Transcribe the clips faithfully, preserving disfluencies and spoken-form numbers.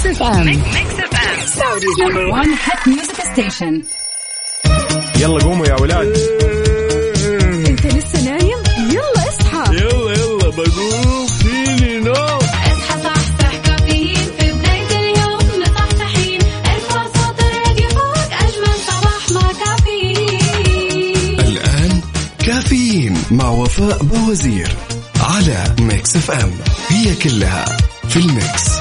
F M. Saudi's number one hit music station. يلا قوموا يا ولاد. انت لسه نايم؟ يلا اصحى. يلا يلا بقوم فيني نوم. اصحى صحصح كافيين في بداية اليوم مصحصحين. ارفع صوت الراديو فوق أجمل صباح مع كافيين. الآن كافيين مع وفاء بوزير على ميكس اف ام. هي كلها في الميكس.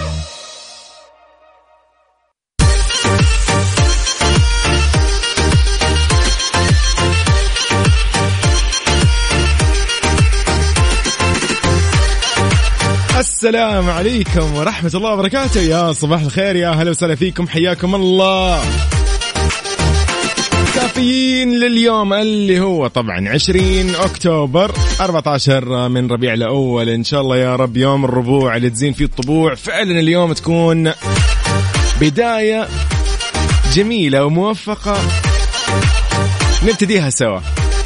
السلام عليكم ورحمة الله وبركاته. يا صباح الخير، يا هلا وسهلا فيكم، حياكم الله. كافيين لليوم اللي هو طبعا عشرين أكتوبر أربعة عشر من ربيع الأول. إن شاء الله يا رب يوم الربوع اللي تزين فيه الطبوع فعلا اليوم تكون بداية جميلة وموفقة نبتديها سوا.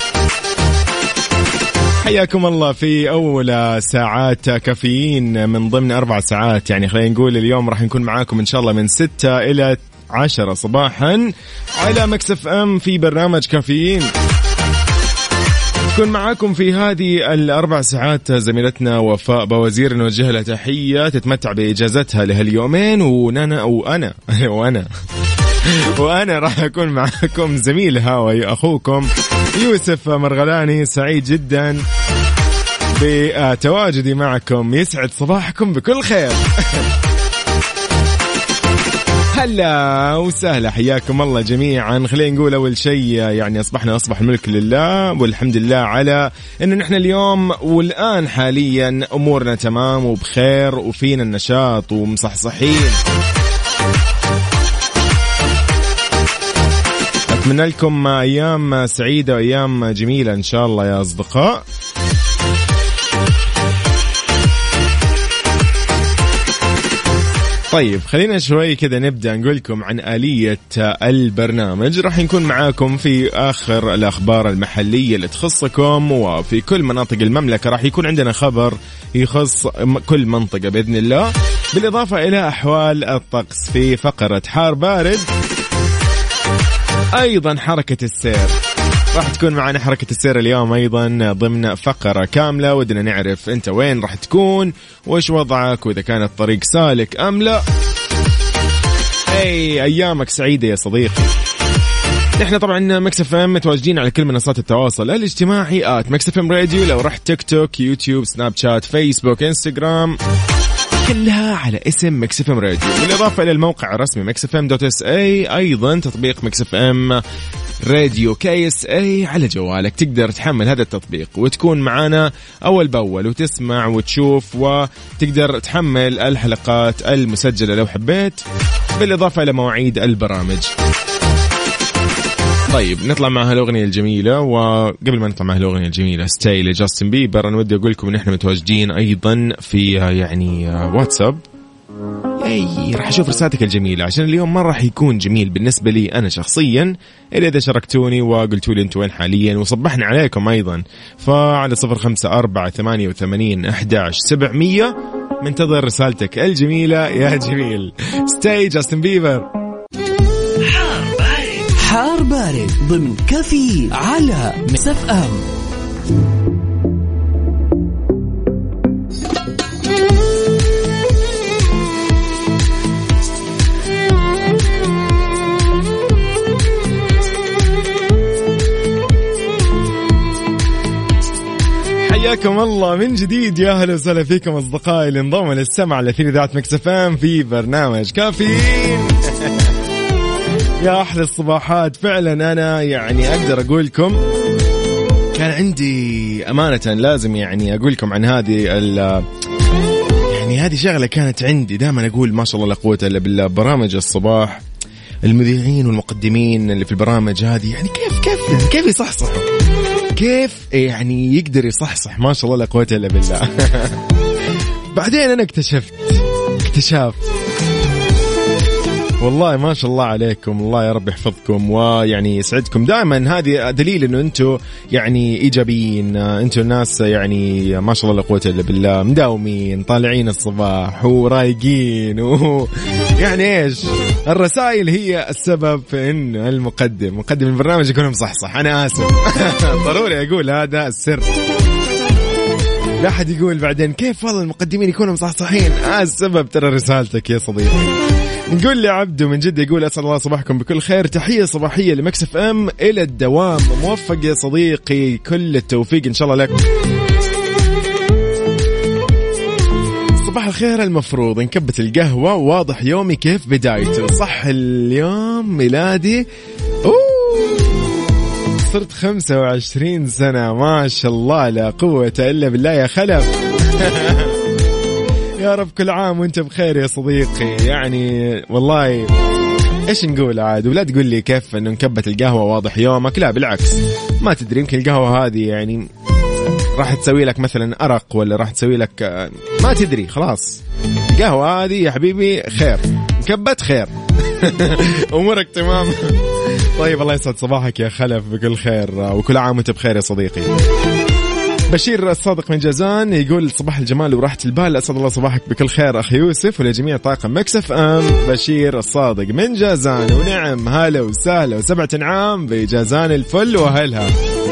حياكم الله في أول ساعات كافيين من ضمن أربع ساعات، يعني خلينا نقول اليوم راح نكون معاكم إن شاء الله من ستة إلى عشرة صباحا على ميكس اف ام في برنامج كافيين. تكون معاكم في هذه الأربع ساعات زميلتنا وفاء بوزير، نوجه لها تحية، تتمتع بإجازتها لهاليومين، ونانا وأنا وأنا وأنا راح أكون معاكم زميل هاوي أخوكم يوسف مرغلاني. سعيد جدا بتواجدي معكم، يسعد صباحكم بكل خير. هلا وسهلا، حياكم الله جميعا. خلينا نقول أول شيء يعني أصبحنا أصبح الملك لله، والحمد لله على إنه نحن اليوم والآن حاليا أمورنا تمام وبخير وفينا النشاط ومصحصحين. أتمنى لكم أيام سعيدة وأيام جميلة إن شاء الله يا أصدقاء. طيب خلينا شوي كذا نبدأ نقول لكم عن آلية البرنامج. راح نكون معاكم في آخر الأخبار المحلية اللي تخصكم وفي كل مناطق المملكة. راح يكون عندنا خبر يخص كل منطقة بإذن الله، بالإضافة إلى أحوال الطقس في فقرة حار بارد، أيضا حركة السير. راح تكون معنا حركة السير اليوم أيضا ضمن فقرة كاملة. ودنا نعرف أنت وين راح تكون وإيش وضعك وإذا كان الطريق سالك أم لا. أي أيامك سعيدة يا صديقي. نحن طبعا ميكس اف ام متواجدين على كل منصات التواصل الاجتماعي آت ميكس اف ام راديو. لو رحت تيك توك، يوتيوب، سناب شات، فيسبوك، انستغرام، كلها على اسم ميكس اف ام راديو، بالإضافة إلى الموقع الرسمي ميكس اف ام دوت اس اي. أيضا تطبيق ميكس اف ام راديو كي اس اي على جوالك، تقدر تحمل هذا التطبيق وتكون معنا أول بأول وتسمع وتشوف، وتقدر تحمل الحلقات المسجلة لو حبيت، بالإضافة إلى مواعيد البرامج. طيب نطلع مع هالأغنية الجميلة، وقبل ما نطلع مع هالأغنية الجميلة ستاي لجاستن بيبر، أنا ودي أقول لكم إن إحنا متواجدين أيضا في يعني واتساب. أي راح أشوف رسالتك الجميلة، عشان اليوم ما راح يكون جميل بالنسبة لي أنا شخصيا إلا إذا شاركتوني وقلتوا لي أنتوا وين حاليا وصبحنا عليكم أيضا. فعلى صفر خمسة أربعة ثمانية وثمانين أحداش سبعمية منتظر رسالتك الجميلة يا جميل. ستاي جاستن بيبر. حار بارد ضمن كافي على ميكس اف ام. حياكم الله من جديد، يا هلا وسهلا فيكم أصدقائي اللي انضموا للسمع على ثيري ذات ميكس اف ام في برنامج كافيين. يا أحلى الصباحات فعلا. أنا يعني أقدر أقول لكم كان عندي أمانة لازم يعني أقول لكم عن هذه يعني هذه شغلة كانت عندي دائما أقول ما شاء الله لا قوة إلا بالله. برامج الصباح، المذيعين والمقدمين اللي في البرامج هذه يعني كيف كيف كيف يصحصحوا، كيف يعني يقدر يصحصح، ما شاء الله لا قوة إلا بالله. بعدين أنا اكتشفت اكتشاف والله ما شاء الله عليكم، الله يا رب يحفظكم ويعني يسعدكم دائما. هذه دليل انه انتم يعني ايجابيين، انتم الناس يعني ما شاء الله لا قوه الا بالله، مداومين طالعين الصباح ورايقين و يعني إيش الرسائل هي السبب في إن المقدم مقدم البرنامج يكون مصحصح. أنا آسف ضروري أقول هذا السر. لا أحد يقول بعدين كيف والله المقدمين يكونوا مصحصحين. آه السبب ترى رسالتك يا صديقي. نقول لي عبدو من جدة يقول أسأل الله صباحكم بكل خير. تحية صباحية لمكس اف ام إلى الدوام. موفق يا صديقي كل التوفيق إن شاء الله لك. صباح الخير. المفروض نكبت القهوة واضح يومي كيف بدايته. صح اليوم ميلادي. أوه صرت خمسة وعشرين سنة ما شاء الله لا قوة إلا بالله يا خلف. يا رب كل عام وانت بخير يا صديقي. يعني والله ايش نقول عاد. ولا تقول لي كيف انه نكبت القهوة واضح يومك. لا بالعكس ما تدري يمكن القهوة هذه يعني راح تسوي لك مثلا أرق ولا راح تسوي لك ما تدري. خلاص القهوة هذه يا حبيبي خير مكبت خير. أمورك تمام. طيب الله يسعد صباحك يا خلف بكل خير وكل عام وانت بخير يا صديقي. بشير الصادق من جازان يقول صباح الجمال وراحة البال. أسعد الله صباحك بكل خير أخي يوسف ولجميع طاقم مكس اف ام. بشير الصادق من جازان. ونعم هلا وسهلا وسبعة عام بجازان الفل وأهلها.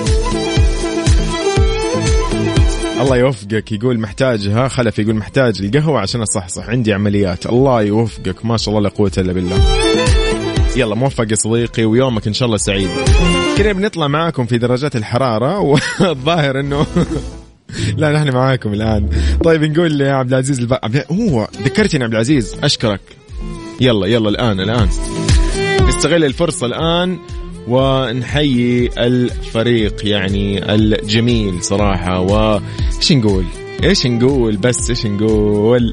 الله يوفقك. يقول محتاجها خلف. يقول محتاج القهوة عشان أصحصح عندي عمليات. الله يوفقك ما شاء الله لا قوة إلا بالله. يلا موفق يا صديقي ويومك إن شاء الله سعيد. كنا بنطلع معاكم في درجات الحرارة والظاهر إنه لا نحن معاكم الآن. طيب نقول يا عبد العزيز الب... هو ذكرتني عبد العزيز أشكرك. يلا يلا الآن الآن نستغل الفرصة الآن ونحيي الفريق يعني الجميل صراحة. وإيش نقول إيش نقول بس إيش نقول.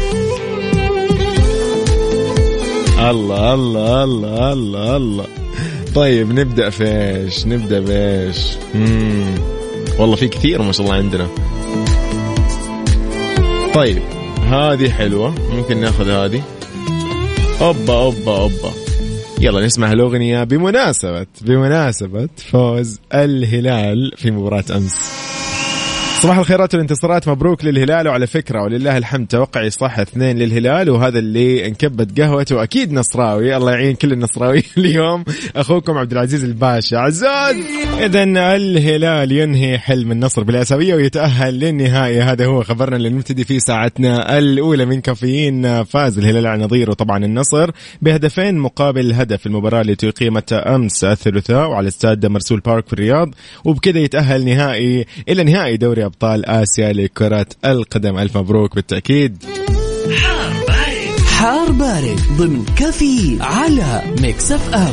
الله الله الله الله الله. طيب نبدأ فيش نبدأ بيش. مم. والله في كثير ما شاء الله عندنا. طيب هذه حلوة ممكن ناخذ هذه. أوبا أوبا أوبا. يلا نسمع الأغنية بمناسبة بمناسبة فوز الهلال في مباراة أمس. صباح الخيرات والانتصارات مبروك للهلال. وعلى فكرة ولله الحمد توقع يصح اثنين للهلال وهذا اللي انكبت قهوته أكيد نصراوي. الله يعين كل النصراوي اليوم. أخوكم عبد العزيز الباشا عزوز. إذن الهلال ينهي حلم النصر بالأسابيع ويتأهل للنهائي. هذا هو خبرنا اللي نبتدي فيه ساعتنا الأولى من كافيين. فاز الهلال على نظيره طبعا النصر بهدفين مقابل هدف. المباراة اللي أقيمت أمس الثلاثاء وعلى استاد مرسول بارك في الرياض وبكذا يتأهل نهائي إلى نهائي دوري أبطال آسيا لكرة القدم. ألف مبروك بالتأكيد. حار بارد حار بارد ضمن كافيين على ميكس اف ام.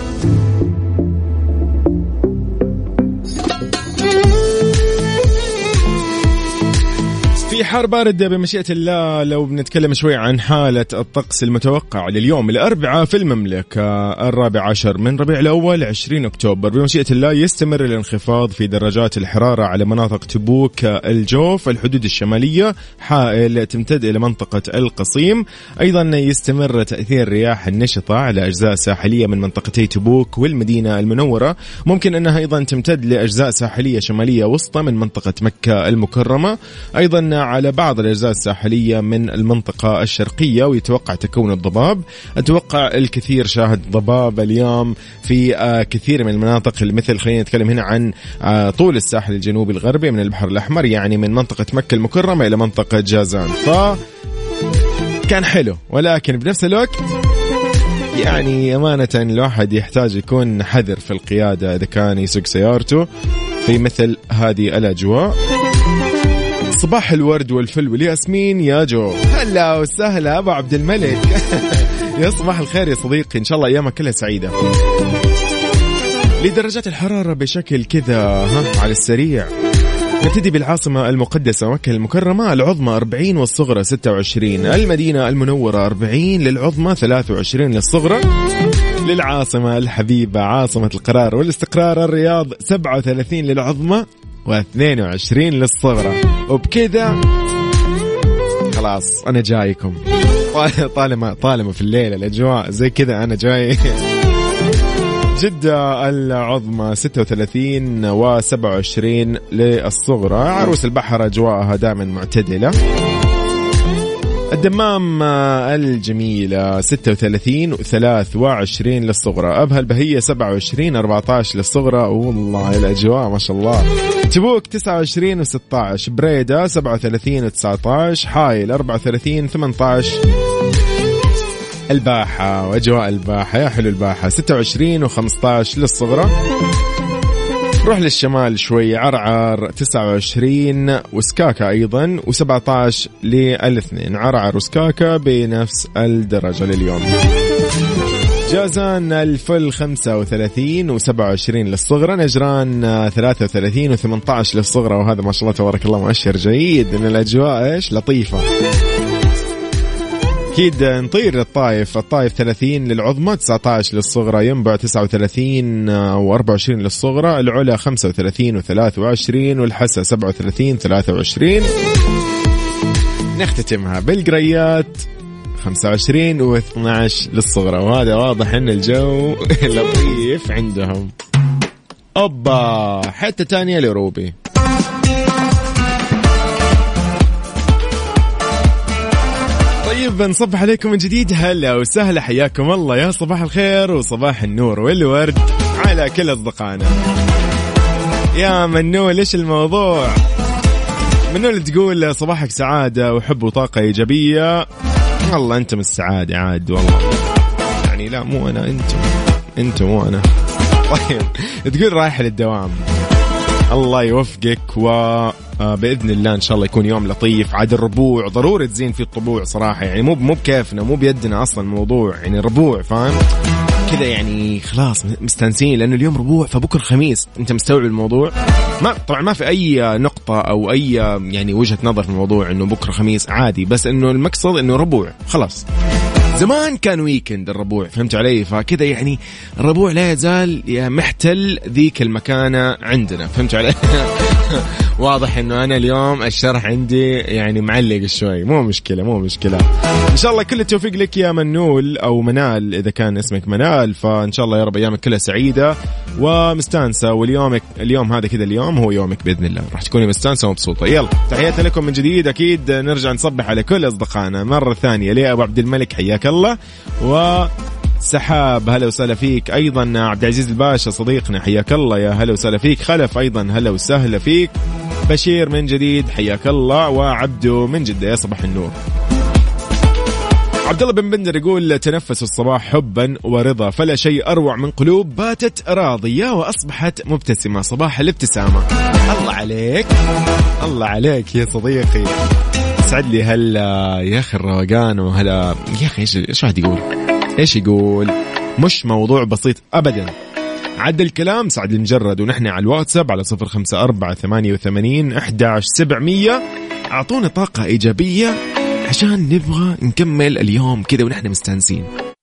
في حار بارد بمشيئة الله. لو بنتكلم شوي عن حالة الطقس المتوقع لليوم الأربعاء في المملكة الرابع عشر من ربيع الأول عشرين أكتوبر بمشيئة الله يستمر الانخفاض في درجات الحرارة على مناطق تبوك الجوف الحدود الشمالية حائل تمتد إلى منطقة القصيم. أيضا يستمر تأثير رياح النشطة على أجزاء ساحلية من منطقتي تبوك والمدينة المنورة. ممكن أنها أيضا تمتد لأجزاء ساحلية شمالية وسطى من منطقة مكة المكرمة. أيضا على بعض الأجزاء الساحلية من المنطقة الشرقية ويتوقع تكون الضباب. أتوقع الكثير شاهد ضباب اليوم في كثير من المناطق مثل خلينا نتكلم هنا عن طول الساحل الجنوبي الغربي من البحر الأحمر يعني من منطقة مكة المكرمة إلى منطقة جازان. فكان حلو ولكن بنفس الوقت يعني أمانة الواحد يحتاج يكون حذر في القيادة إذا كان يسوق سيارته في مثل هذه الأجواء. صباح الورد والفل والياسمين يا جو. هلا وسهلا أبو عبد الملك. يا صباح الخير يا صديقي. إن شاء الله أيامك كلها سعيدة. لدرجات الحرارة بشكل كذا ها على السريع نبتدي بالعاصمة المقدسة مكة المكرمة العظمى أربعين والصغرى ستة وعشرين. المدينة المنورة أربعين للعظمى ثلاثة وعشرين للصغرى. للعاصمة الحبيبة عاصمة القرار والاستقرار الرياض سبعة وثلاثين للعظمى واثنين وعشرين للصغرى. وبكذا خلاص أنا جايكم طالما طالما في الليلة الأجواء زي كذا أنا جاي. جدة العظمى ستة وثلاثين وسبعة وعشرين للصغرى. عروس البحر أجواءها دائما معتدلة. الدمام الجميلة ستة وثلاثين وثلاث وعشرين للصغرى. أبها البهية سبعة وعشرين أربعة عشر للصغرى. والله الأجواء ما شاء الله. تبوك تسعة وعشرين وستة عشر. بريدة سبعة وثلاثين وتسعة عشر. حايل أربعة وثلاثين ثمانية عشر. الباحة وأجواء الباحة يا حلو الباحة ستة وعشرين وخمسة عشر للصغرى. روح للشمال شوي. عرعر تسعة وعشرين وسكاكا أيضا وسبعة عشر للاثنين. عرعر وسكاكا بنفس الدرجة لليوم. جازان الفل خمسة وثلاثين وسبعة وعشرين للصغرى. نجران ثلاثة وثلاثين وثمانية عشر للصغرى. وهذا ما شاء الله تبارك الله مؤشر جيد إن الأجواء إيش لطيفة. أكيد نطير للطائف. الطائف ثلاثين للعظمى تسعة عشر للصغرى. ينبع تسعة وثلاثين وأربعة وعشرين للصغرى. العلا خمسة وثلاثين وثلاثة وعشرين. والحسا سبعة وثلاثين ثلاثة وعشرين. نختتمها بالقريات خمسة وعشرين واثنى عشر للصغرى. وهذا واضح ان الجو لطيف عندهم. أوبا حتى تانية لروبي. طيب نصبح عليكم من جديد. هلا وسهلا حياكم الله. يا صباح الخير وصباح النور والورد على كل أصدقائنا. يا منول إيش الموضوع؟ منول تقول صباحك سعادة وحب وطاقة إيجابية. والله أنتم السعادة عاد والله يعني. لا مو أنا أنتم أنتم مو أنا. طيب تقول رايح للدوام. الله يوفقك وبإذن الله إن شاء الله يكون يوم لطيف. عاد الربوع ضروري تزين في الطبوع صراحة يعني. مو مو بكيفنا مو بيدنا أصلا الموضوع يعني. ربوع فاهم كذا يعني. خلاص مستانسين لأنه اليوم ربوع فبكرة خميس. أنت مستوعب الموضوع؟ ما طبعا ما في أي نقطة أو أي يعني وجهة نظر في الموضوع إنه بكرة خميس عادي. بس إنه المقصد إنه ربوع خلاص. زمان كان ويكند الربوع فهمت علي. فكذا يعني الربوع لا يزال محتل ذيك المكانة عندنا فهمت علي. واضح انه انا اليوم الشرح عندي يعني معلق شوي. مو مشكلة مو مشكلة. ان شاء الله كل التوفيق لك يا منول او منال اذا كان اسمك منال. فان شاء الله يا رب ايامك كلها سعيدة ومستانسة. واليوم اليوم هذا كذا اليوم هو يومك باذن الله. راح تكوني مستانسة ومبسوطة. يلا تحياتي لكم من جديد. اكيد نرجع نصبح على كل اصدقائنا مرة ثانية. ليه ابو عبد الملك حياك الله. و سحاب هلا وسهلا فيك. أيضا عبد العزيز الباشا صديقنا حياك الله يا هلا وسهلا فيك. خلف أيضا هلا وسهلا فيك. بشير من جديد حياك الله. وعبدو من جدة يا صباح النور. عبد الله بن بندر يقول تنفس الصباح حبا ورضا فلا شيء أروع من قلوب باتت راضية وأصبحت مبتسمة. صباح الابتسامة. الله عليك الله عليك يا صديقي. سعد لي هلا يا أخي الروقان. وهلا يا أخي إيش إيش واحد يقول إيش يقول مش موضوع بسيط أبدا. عد الكلام سعد المجرد. ونحن على الواتساب على صفر خمسة أربعة ثمانية وثمانين أحد عشر سبعمية. أعطونا طاقة إيجابية عشان نبغى نكمل اليوم كذا ونحن مستانسين.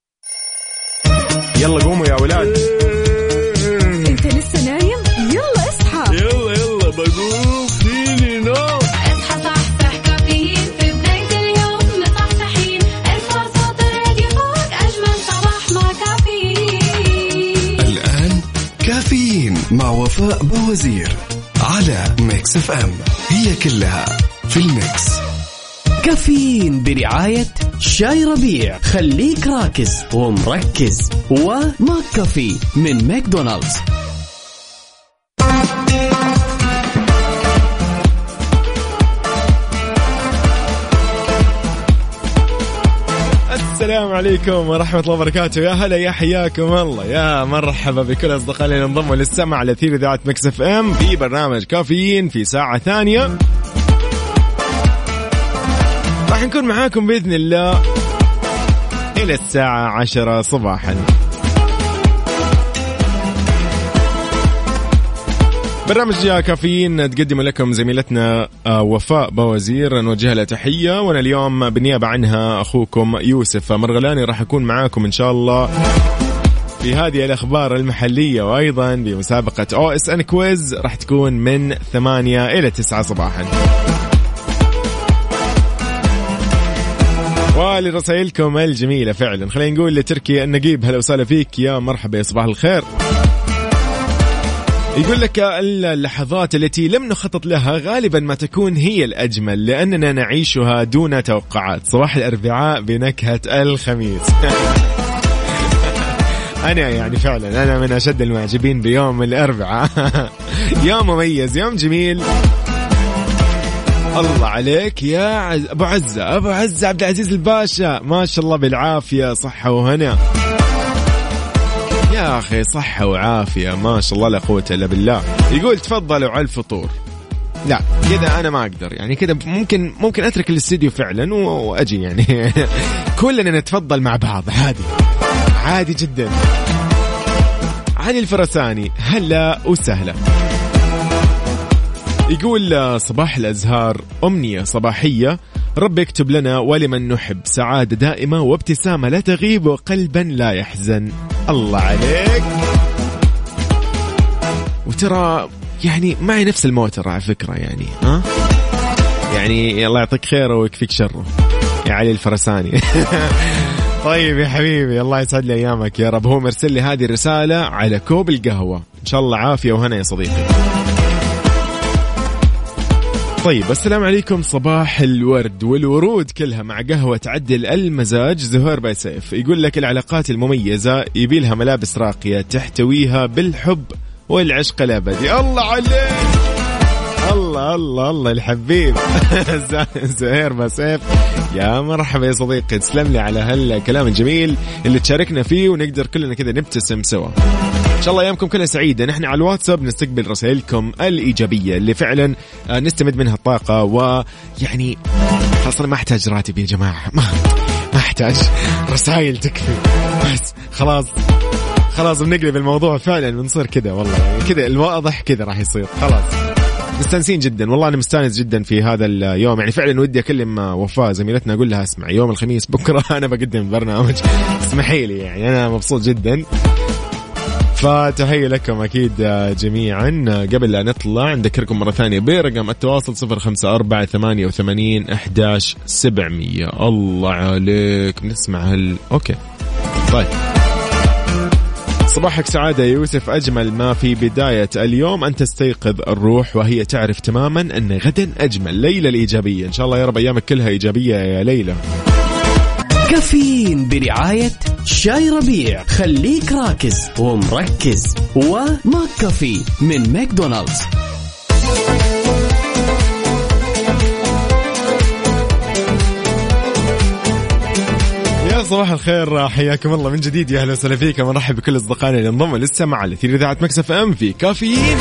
يلا قوموا يا ولاد. انت لسه نايم؟ يلا اصحى. يلا يلا بقوم فيني نوم. اصحى صحصح كافيين في بداية اليوم مصحصحين. ارفع صوت الراديو فوق أجمل صباح مع كافيين. الآن كافيين مع وفاء بوزير على ميكس اف ام. هي كلها في الميكس. كافيين برعاية شاي ربيع. خليك راكز ومركز. وماك كافي من ماكدونالدز. السلام عليكم ورحمة الله وبركاته. يا هلا يا حياكم الله. يا مرحبا بكل أصدقائي اللي انضموا للسمع على أثير إذاعة ميكس اف ام في برنامج كافيين في ساعة ثانية. راح نكون معاكم بإذن الله إلى الساعة عشرة صباحا. برنامج كافيين تقدم لكم زميلتنا وفاء بوزير نوجه لها تحية. وأنا اليوم بالنيابة عنها أخوكم يوسف مرغلاني راح أكون معاكم إن شاء الله في هذه الأخبار المحلية. وأيضا بمسابقة أو إس إن كويز راح تكون من ثمانية إلى تسعة صباحا. ولرسائلكم الجميلة فعلا. خلينا نقول لتركي النقيب هلا وسهلا فيك. يا مرحبا يا صباح الخير. يقول لك اللحظات التي لم نخطط لها غالبا ما تكون هي الأجمل لأننا نعيشها دون توقعات. صباح الأربعاء بنكهة الخميس. أنا يعني فعلا أنا من أشد المعجبين بيوم الأربعاء. يوم مميز، يوم جميل. الله عليك يا عز... أبو عزة أبو عزة عبد العزيز الباشا، ما شاء الله بالعافية، صحة وهنا يا أخي، صحة وعافية ما شاء الله لا قوة إلا بالله. يقول تفضلوا على الفطور. لا كذا أنا ما أقدر، يعني كذا ممكن ممكن أترك الاستديو فعلا وأجي يعني كلنا نتفضل مع بعض، عادي عادي جدا. علي الفرساني هلا وسهلا. يقول صباح الأزهار أمنية صباحية، رب يكتب لنا ولمن نحب سعادة دائمة وابتسامة لا تغيب وقلبا لا يحزن. الله عليك. وترى يعني معي نفس الموتر على فكرة، يعني ها يعني الله يعطيك خيره ويكفيك شره يا علي الفرساني. طيب يا حبيبي الله يسعد لي أيامك يا رب. هو مرسل لي هذه الرسالة على كوب القهوة، إن شاء الله عافية وهنا يا صديقي. طيب السلام عليكم، صباح الورد والورود كلها مع قهوة تعدل المزاج. زهير باي سيف يقول لك العلاقات المميزة يبيلها ملابس راقية تحتويها بالحب والعشق الأبدي. الله عليك، الله الله الله الحبيب. زهير باي سيف يا مرحبا يا صديقي، تسلم لي على هالكلام الجميل اللي تشاركنا فيه ونقدر كلنا كذا نبتسم سوا. إن شاء الله أيامكم كلها سعيدة. نحن على الواتساب نستقبل رسائلكم الإيجابية اللي فعلا نستمد منها الطاقة، ويعني خلاص أنا ما أحتاج راتب يا جماعة، ما ما أحتاج رسائل تكفي، بس خلاص خلاص بنقلب الموضوع فعلا بنصير كذا. والله كذا الواضح كذا راح يصير. خلاص مستانسين جدا، والله أنا مستانس جدا في هذا اليوم. يعني فعلا ودي أكلم وفاء زميلتنا أقول لها اسمع يوم الخميس بكرة أنا بقدم برنامج، اسمحي لي، يعني أنا مبسوط جدا. فتحية لكم أكيد جميعا. قبل لا نطلع نذكركم مرة ثانية برقم التواصل صفر خمسة أربعة ثمانية وثمانين أحداش سبعمية. الله عليك، نسمع هال أوكي طيب. صباحك سعادة يا يوسف، أجمل ما في بداية اليوم أن تستيقظ الروح وهي تعرف تماما أن غدا أجمل. ليلة الإيجابية، إن شاء الله يا رب أيامك كلها إيجابية يا ليلى. كافيين برعاية شاي ربيع، خليك راكز ومركز، وماك كافي من ماكدونالدز. يا صباح الخير، حياكم الله من جديد، يا اهلا وسهلا فيكم، مرحبا بكل اصدقائنا اللي انضموا للسمع على اثير اذاعه مكس اف ام في كافيين.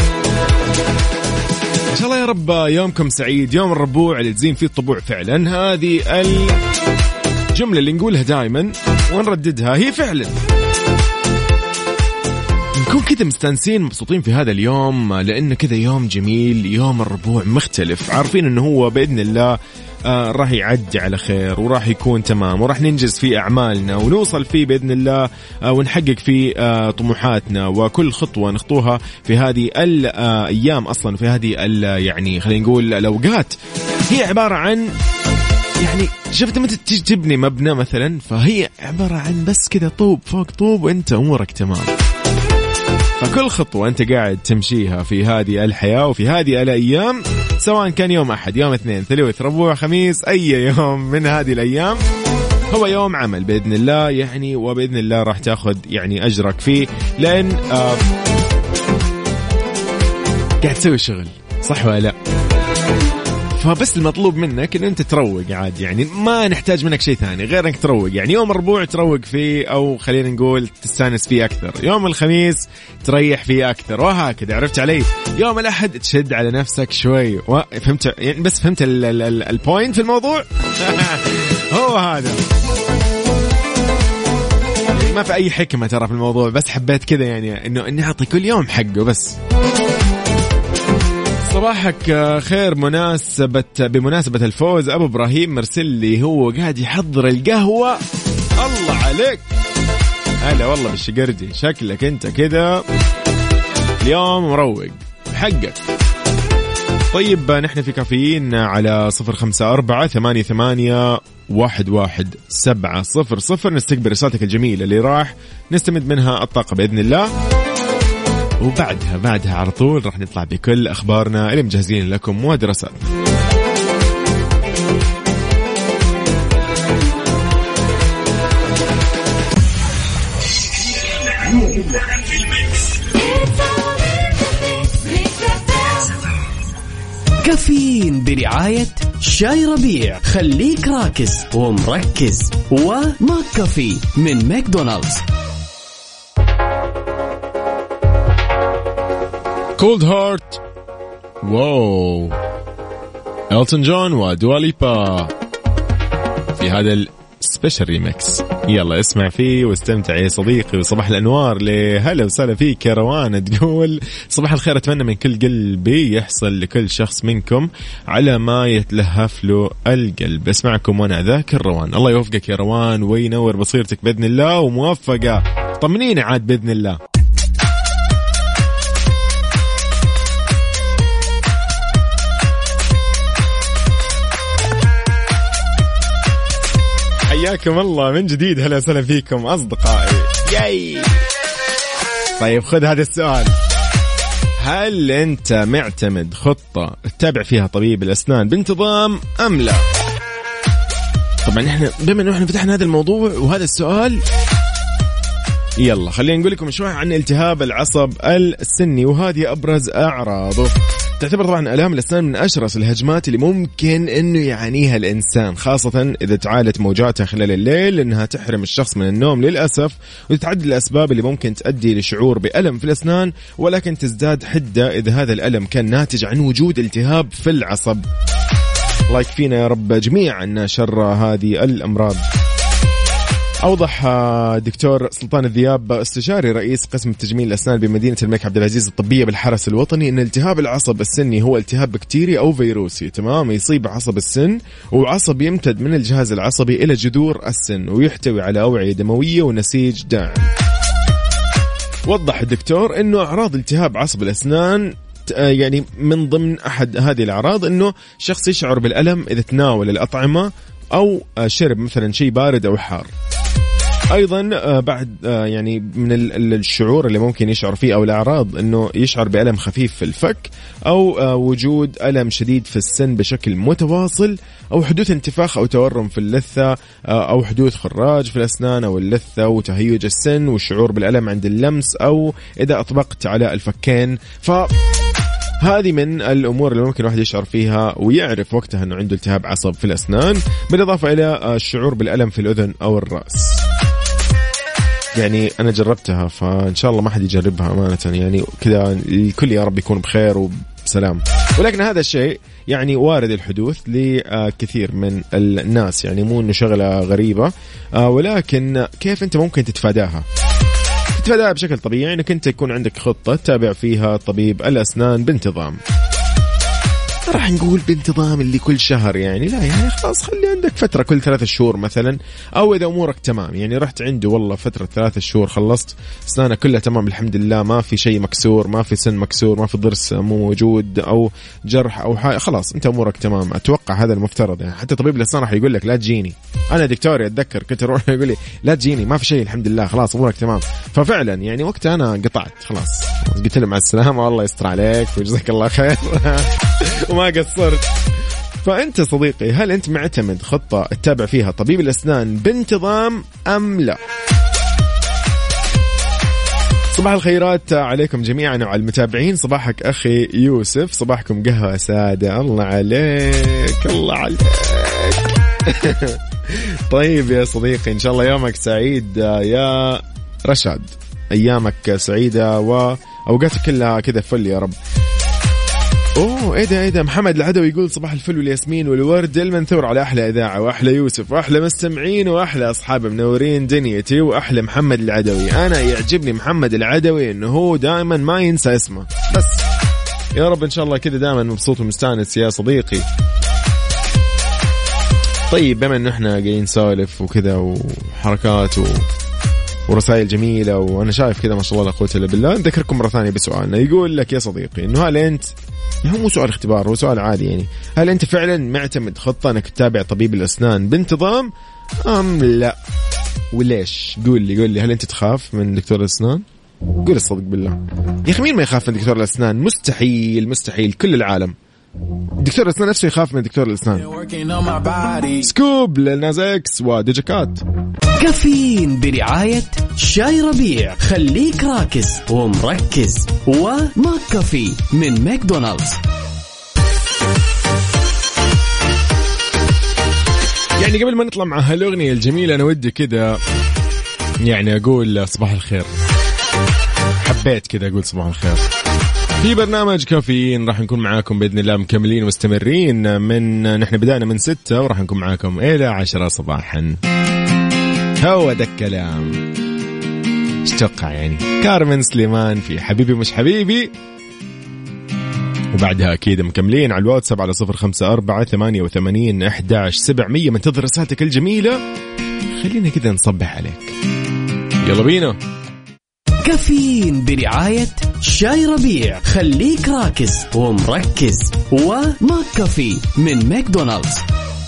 ان شاء الله يا رب يومكم سعيد، يوم الربوع اللي تزين فيه الطبوع. فعلا هذه الجمله اللي نقولها دائما ونرددها، هي فعلا نكون كذا مستانسين مبسوطين في هذا اليوم، لأنه كذا يوم جميل، يوم الربوع مختلف، عارفين أنه هو بإذن الله آه راح يعدي على خير وراح يكون تمام وراح ننجز فيه أعمالنا ونوصل فيه بإذن الله آه ونحقق فيه آه طموحاتنا، وكل خطوة نخطوها في هذه الأيام أصلا في هذه يعني خلينا نقول الأوقات هي عبارة عن يعني شفت متى تيجي تبني مبنى مثلا، فهي عبارة عن بس كذا طوب فوق طوب وانت أمورك تمام. فكل خطوة أنت قاعد تمشيها في هذه الحياة وفي هذه الأيام، سواء كان يوم أحد يوم اثنين ثلاث ربوع خميس أي يوم من هذه الأيام، هو يوم عمل بإذن الله يعني، وبإذن الله راح تأخذ يعني أجرك فيه، لأن آه قاعد تسوي شغل صح ولا لا؟ فبس المطلوب منك ان انت تروق عادي، يعني ما نحتاج منك شيء ثاني غير انك تروق. يعني يوم الربوع تروق فيه، او خلينا نقول تستانس فيه اكثر، يوم الخميس تريح فيه اكثر، وهكذا. عرفت علي؟ يوم الاحد تشد على نفسك شوي، فهمت يعني؟ بس فهمت البوينت في الموضوع. هو هذا، ما في اي حكمة ترى في الموضوع، بس حبيت كذا يعني انه اني اعطي كل يوم حقه بس. صباحك خير. مناسبة بمناسبة الفوز أبو إبراهيم مرسل لي هو قاعد يحضر القهوة. الله عليك، هلا والله بالشقردي، شكلك أنت كذا اليوم مروق حقك. طيب نحن في كافيين على صفر خمسة أربعة ثمانية ثمانية واحد واحد سبعة صفر صفر، نستقبل رسالتك الجميلة اللي راح نستمد منها الطاقة بإذن الله. وبعدها بعدها على طول راح نطلع بكل أخبارنا اللي مجهزين لكم ودراساتنا. كافيين برعاية شاي ربيع، خليك راكز ومركز، وماك كافي من ماكدونالدز. كولد هارت، واو، إلتون جون ودواليبا في هذا السبيشال ريمكس. يلا اسمع فيه واستمتع يا صديقي. وصباح الأنوار لهلا وسهلا فيك يا روان. تقول صباح الخير، أتمنى من كل قلبي يحصل لكل شخص منكم على ما يتلهف له القلب. اسمعكم وأنا ذاكر روان. الله يوفقك يا روان وينور بصيرتك بإذن الله وموفقة. طمنيني عاد بإذن الله. حياكم الله من جديد. هلا وسهلا فيكم أصدقائي. ياي. طيب خذ هذا السؤال. هل أنت معتمد خطة تتابع فيها طبيب الأسنان بانتظام أم لا؟ طبعا احنا بما انه احنا فتحنا هذا الموضوع وهذا السؤال، يلا خلينا نقول لكم شوي عن التهاب العصب السني وهذه أبرز أعراضه. تعتبر طبعا آلام الأسنان من أشرس الهجمات اللي ممكن أنه يعانيها الإنسان، خاصة إذا تعالت موجاتها خلال الليل، لأنها تحرم الشخص من النوم للأسف، وتتعدد الأسباب اللي ممكن تؤدي لشعور بألم في الأسنان، ولكن تزداد حدة إذا هذا الألم كان ناتج عن وجود التهاب في العصب. الله يكفينا يا رب جميعا شر هذه الأمراض. أوضح دكتور سلطان الذياب استشاري رئيس قسم التجميل الأسنان بمدينة الملك عبد العزيز الطبية بالحرس الوطني أن التهاب العصب السني هو التهاب بكتيري أو فيروسي، تمام، يصيب عصب السن، وعصب يمتد من الجهاز العصبي إلى جذور السن، ويحتوي على أوعية دموية ونسيج داعم. وضح الدكتور أنه أعراض التهاب عصب الأسنان يعني من ضمن أحد هذه الأعراض أنه شخص يشعر بالألم إذا تناول الأطعمة أو شرب مثلا شيء بارد أو حار. أيضا بعد يعني من الشعور اللي ممكن يشعر فيه أو الأعراض أنه يشعر بألم خفيف في الفك، أو وجود ألم شديد في السن بشكل متواصل، أو حدوث انتفاخ أو تورم في اللثة، أو حدوث خراج في الأسنان أو اللثة، وتهيج السن، والشعور بالألم عند اللمس أو إذا أطبقت على الفكين. ف هذه من الأمور اللي ممكن الواحد يشعر فيها ويعرف وقتها أنه عنده التهاب عصب في الأسنان، بالإضافة إلى الشعور بالألم في الأذن أو الرأس. يعني أنا جربتها، فإن شاء الله ما حد يجربها أمانة، يعني كذا الكل يا رب يكون بخير وبسلام. ولكن هذا الشيء يعني وارد الحدوث لكثير من الناس، يعني مو إنه شغلة غريبة، ولكن كيف أنت ممكن تتفاداها؟ تتفاداها بشكل طبيعي إنك أنت يكون عندك خطة تتابع فيها طبيب الأسنان بانتظام. راح نقول بانتظام اللي كل شهر يعني لا، يعني خلاص خلي عندك فترة كل ثلاثة شهور مثلا، أو إذا أمورك تمام يعني رحت عنده والله فترة ثلاثة شهور خلصت أسنانك كلها تمام الحمد لله، ما في شيء مكسور، ما في سن مكسور، ما في ضرس مو موجود أو جرح أو حاجة، خلاص أنت أمورك تمام. أتوقع هذا المفترض، يعني حتى طبيب الأسنان راح يقول لك لا تجيني. أنا دكتوري أتذكر كنت أروح يقول لي لا تجيني، ما في شيء الحمد لله، خلاص أمورك تمام. ففعلا يعني وقتها أنا قطعت خلاص، قلت له مع السلامة والله يستر عليك وجزاك الله خير وما قصرت. فأنت صديقي، هل أنت معتمد خطة تتابع فيها طبيب الأسنان بانتظام أم لا؟ صباح الخيرات عليكم جميعا وعلى المتابعين. صباحك أخي يوسف، صباحكم قهوة سادة. الله عليك الله عليك طيب يا صديقي، إن شاء الله يومك سعيد يا رشاد، أيامك سعيدة وأوقاتك كلها كذا فل يا رب. اوه ايه ده ايه ده محمد العدوي يقول صباح الفل والياسمين والورد المنثور على احلى اذاعه واحلى يوسف واحلى مستمعين واحلى اصحاب منورين دنيتي واحلى محمد العدوي. انا يعجبني محمد العدوي انه هو دائما ما ينسى اسمه، بس يا رب ان شاء الله كذا دائما مبسوط ومستانس يا صديقي. طيب بما انه احنا قاعدين نسولف وكذا وحركات و ورسائل جميلة وأنا شايف كذا ما شاء الله لا قوة إلا بالله، نذكركم مرة ثانية بسؤالنا. يقول لك يا صديقي إنه هل أنت، هو مو سؤال اختبار، هو سؤال عادي يعني، هل أنت فعلا معتمد خطة أنك تتابع طبيب الأسنان بانتظام أم لا؟ وليش؟ قول لي قول لي هل أنت تخاف من دكتور الأسنان؟ قول الصدق بالله يا أخي، مين ما يخاف من دكتور الأسنان؟ مستحيل مستحيل، كل العالم. دكتور الأسنان نفسه يخاف من دكتور الأسنان. سكوب للنازكس وديجاكات. كافيين برعاية شاي ربيع، خليك راكز ومركز، وماك كافي من ماكدونالدز. يعني قبل ما نطلع مع هالأغنية الجميلة أنا ودي كده يعني أقول صباح الخير. حبيت كده أقول صباح الخير في برنامج كافيين. راح نكون معاكم بإذن الله مكملين ومستمرين من نحن بدأنا من ستة وراح نكون معاكم إلى عشرة صباحا. هو ده الكلام. ايش توقع يعني؟ كارمن سليمان في حبيبي مش حبيبي، وبعدها أكيد مكملين على الواتساب على صفر خمسة أربعة ثمانية وثمانين أحد عشر سبعمية. منتظر رسالتك الجميلة، خلينا كده نصبح عليك. يلا بينا. كافيين برعاية شاي ربيع، خليك راكز ومركز، وماك كافي من ماكدونالدز.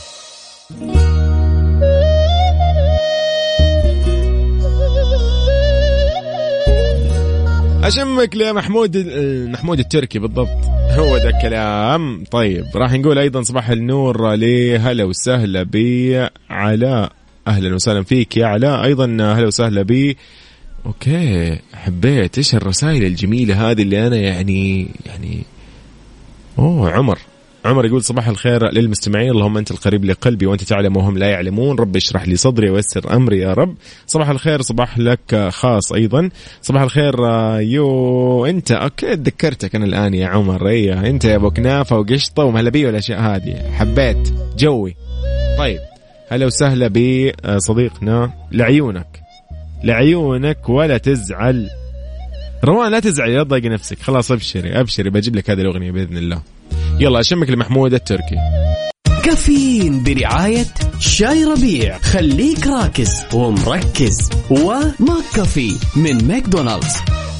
أشمك يا محمود محمود التركي بالضبط، هو ده الكلام. طيب راح نقول أيضا صباح النور لهلا وسهلا بعلاء، أهلا وسهلا فيك يا علاء. أيضا هلا وسهلا بي. أوكي حبيت إيش الرسائل الجميلة هذه اللي أنا يعني يعني أوه عمر عمر يقول صباح الخير للمستمعين، اللهم أنت القريب لقلبي وأنت تعلم وهم لا يعلمون، رب اشرح لي صدري ويسر أمري يا رب. صباح الخير، صباح لك خاص أيضا. صباح الخير يو أنت. أوكي تذكرتك أنا الآن يا عمر. إيه أنت يا أبو كنافة وقشطة ومهلبية والأشياء هذه، حبيت جوي. طيب هلا وسهلا بصديقنا لعيونك لعيونك ولا تزعل روان، لا تزعل لا تضايق نفسك، خلاص أبشري أبشري بجيب لك هذه الأغنية بإذن الله. يلا أشمك لمحمود التركي. كافيين برعاية شاي ربيع، خليك راكز ومركز، وماك كافي من ماكدونالدز.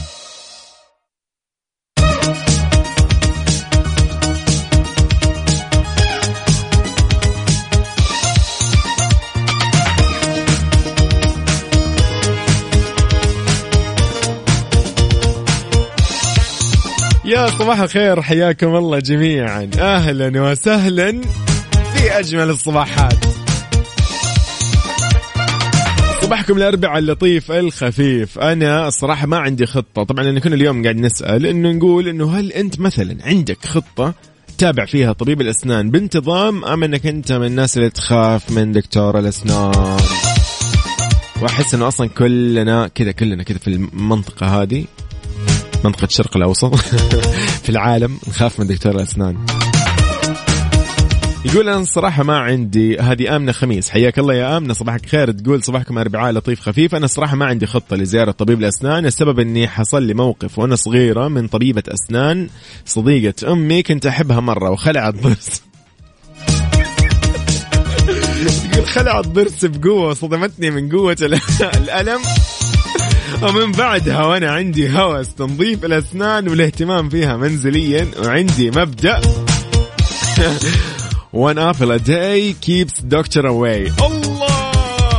يا صباح الخير، حياكم الله جميعا، أهلا وسهلا في أجمل الصباحات. صباحكم الأربعاء اللطيف الخفيف. أنا الصراحة ما عندي خطة طبعا، لأن كنا اليوم قاعد نسأل إنه نقول إنه هل أنت مثلا عندك خطة تابع فيها طبيب الأسنان بانتظام، أم أنك أنت من الناس اللي تخاف من دكتور الأسنان؟ وأحس إنه أصلا كلنا كذا كلنا كذا في المنطقة هذه، منطقة الشرق الأوسط في العالم، نخاف من دكتور الأسنان. يقول أنا الصراحة ما عندي. هذه آمنة خميس، حياك الله يا آمنة، صباحك خير. تقول صباحكم أربعاء لطيف خفيف. أنا الصراحة ما عندي خطة لزيارة طبيب الأسنان، السبب أني حصل لي موقف وأنا صغيرة من طبيبة أسنان صديقة أمي، كنت أحبها مرة وخلعت ضرس. تقول خلعت ضرس بقوة، صدمتني من قوة الألم، ومن بعدها وأنا عندي هوس تنظيف الأسنان والاهتمام فيها منزليا، وعندي مبدأ one apple a day keeps doctor away. الله،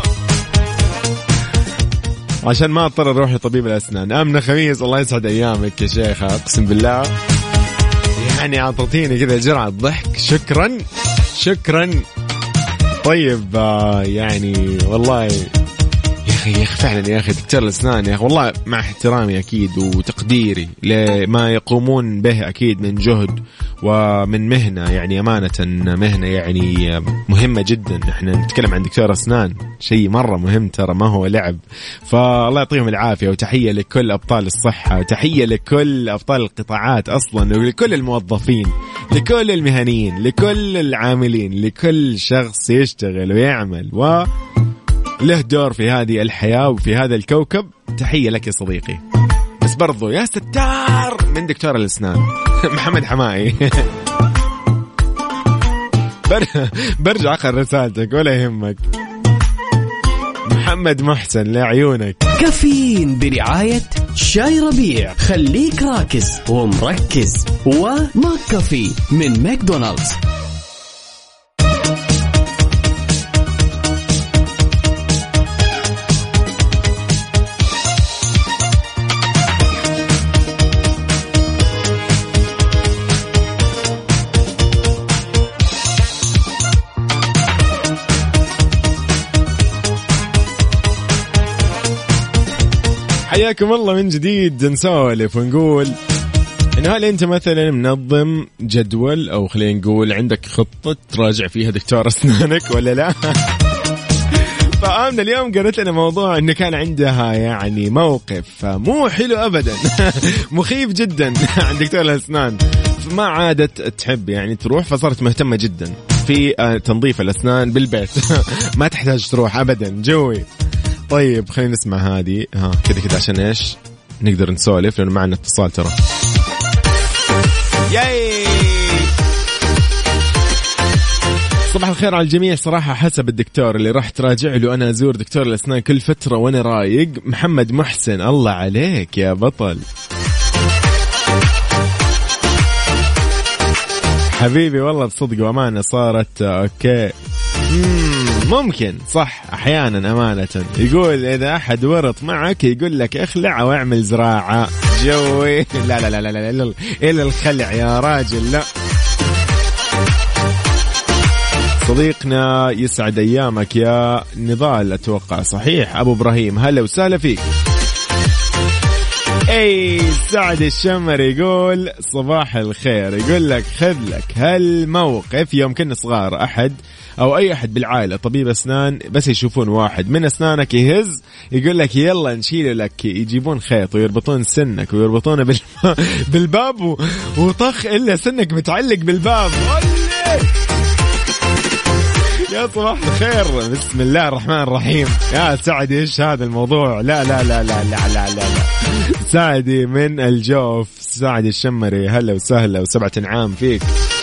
عشان ما اضطر اروح لطبيب الأسنان. آمنة خميس، الله يسعد أيامك يا شيخة، أقسم بالله يعني أعطتيني كذا جرعة ضحك. شكرا شكرا. طيب يعني والله يا أخي يا أخي فعلا يا أخي دكتور الأسنان يا أخي، والله مع احترامي أكيد وتقديري لما يقومون به أكيد من جهد ومن مهنة، يعني أمانة مهنة يعني مهمة جدا. احنا نتكلم عن دكتور أسنان، شيء مرة مهم ترى، ما هو لعب. فالله يعطيهم العافية، وتحية لكل أبطال الصحة، وتحية لكل أبطال القطاعات أصلا، ولكل الموظفين، لكل المهنيين، لكل العاملين، لكل شخص يشتغل ويعمل و له دور في هذه الحياة وفي هذا الكوكب. تحية لك يا صديقي. بس برضو يا ستار من دكتور الأسنان محمد حمائي. برجع أخر رسالتك ولا يهمك. محمد محسن لعيونك. كافيين برعاية شاي ربيع، خليك راكز ومركز، وماك كافي من ماكدونالدز. حياكم الله من جديد. نسولف ونقول إن هل أنت مثلا منظم جدول أو خلينا نقول عندك خطة تراجع فيها دكتور أسنانك ولا لا؟ فآمنة اليوم قالت لنا موضوع إنه كان عندها يعني موقف مو حلو أبدا مخيف جدا عند دكتور الأسنان، ما عادت تحب يعني تروح، فصارت مهتمة جدا في تنظيف الأسنان بالبيت ما تحتاج تروح أبدا جوي. طيب خلينا نسمع هذه ها كده كده عشان إيش نقدر نسولف لأنه معنا اتصال ترى. ياي صباح الخير على الجميع. صراحة حسب الدكتور اللي راح تراجع له، أنا أزور دكتور الأسنان كل فترة وأنا رايق. محمد محسن الله عليك يا بطل حبيبي والله بصدق وأمانة صارت أوكي ممكن صح أحيانا أمانة. يقول إذا أحد ورط معك يقول لك اخلع واعمل زراعة جوي. لا لا لا لا لا لا إلا الخلع يا راجل لا. صديقنا يسعد أيامك يا نضال أتوقع صحيح أبو إبراهيم هلا وسهلا فيك. اي سعد الشمر يقول صباح الخير، يقول لك خذ لك هالموقف يوم كنا صغار أحد أو أي أحد بالعائلة طبيب أسنان بس يشوفون واحد من أسنانك يهز يقول لك يلا نشيل لك، يجيبون خيط ويربطون سنك ويربطونه بال... بالباب و... وطخ إلا سنك متعلق بالباب. يا صباح الخير بسم الله الرحمن الرحيم يا سعد إيش هذا الموضوع؟ لا لا لا لا لا لا لا, لا. سعدي من الجوف سعد الشمري هلا وسهلا وسبعة عام فيك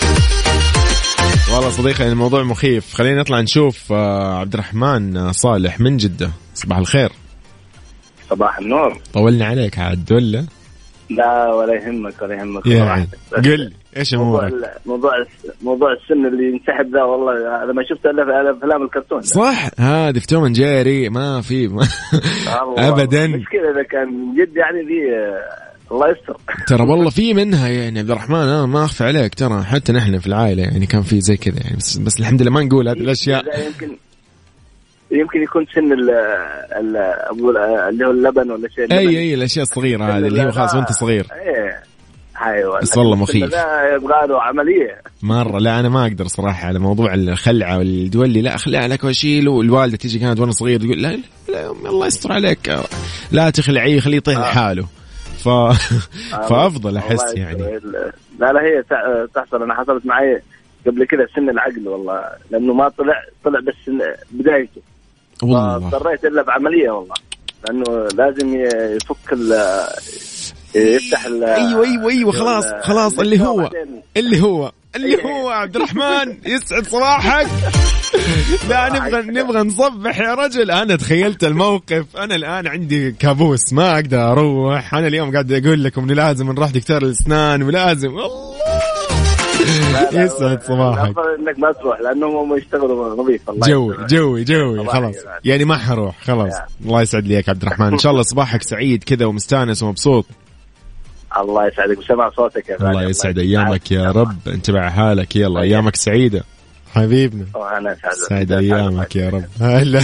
والله صديقي. الموضوع مخيف. خلينا نطلع نشوف عبد الرحمن صالح من جدة. صباح الخير. صباح النور. طولنا عليك عاد ولا؟ لا ولا يهمك ولا يهمك. يعني قل ايش موضوع موضوع موضوع السن اللي ينسحب ذا والله هذا ما شفته الا في افلام الكرتون. صح هذا في توم جيري ما في ابدا. مشكلة اذا كان جد يعني ذي الله يستر. ترى والله في منها يعني عبد الرحمن انا ما اخفي عليك ترى حتى نحن في العائله يعني كان في زي كذا يعني بس, بس الحمد لله ما نقول هذه الاشياء. يمكن يمكن يكون سن ال ال اللي هو اللبن ولا شيء. اي اي الاشياء الصغيره هذه اللي هو خلاص وانت صغير. ايه ايوه بس والله مخيف. لا يبغى له عمليه مره. لا انا ما اقدر صراحه على موضوع الخلعه والدولي لا اخلع لك واشيله. والوالده تيجي كانت وانا صغير تقول لا لا الله يستر عليك لا تخلعيه خليه يطيح لحاله. ف... فافضل احس يعني. لا لا هي تحصل. انا حصلت معي قبل كده سن العقل والله لانه ما طلع طلع بس بدايته والله اضطريت الا بعمليه والله لانه لازم يفك ال يفتح ال ايوه ايوه ايوه خلاص خلاص اللي هو اللي هو اللي هو عبد الرحمن يسعد صباحك. لا نبغى نبغى نصبح يا رجل. انا تخيلت الموقف انا الان عندي كابوس ما اقدر اروح. انا اليوم قاعد اقول لكم انه لازم نروح دكتور الاسنان ولازم والله يسعد صباحك. انك ما تروح لانه هم يشتغلوا نظيف. الله جوي جوي جوي خلاص يعني ما حروح خلاص. الله يسعد ليك عبد الرحمن ان شاء الله صباحك سعيد كذا ومستانس ومبسوط. الله يسعدك وسمع صوتك يا الله يسعد ايامك يا رب. انتبه حالك يلا ايامك سعيده حبيبنا. انا سعد ايامك يا رب. هلا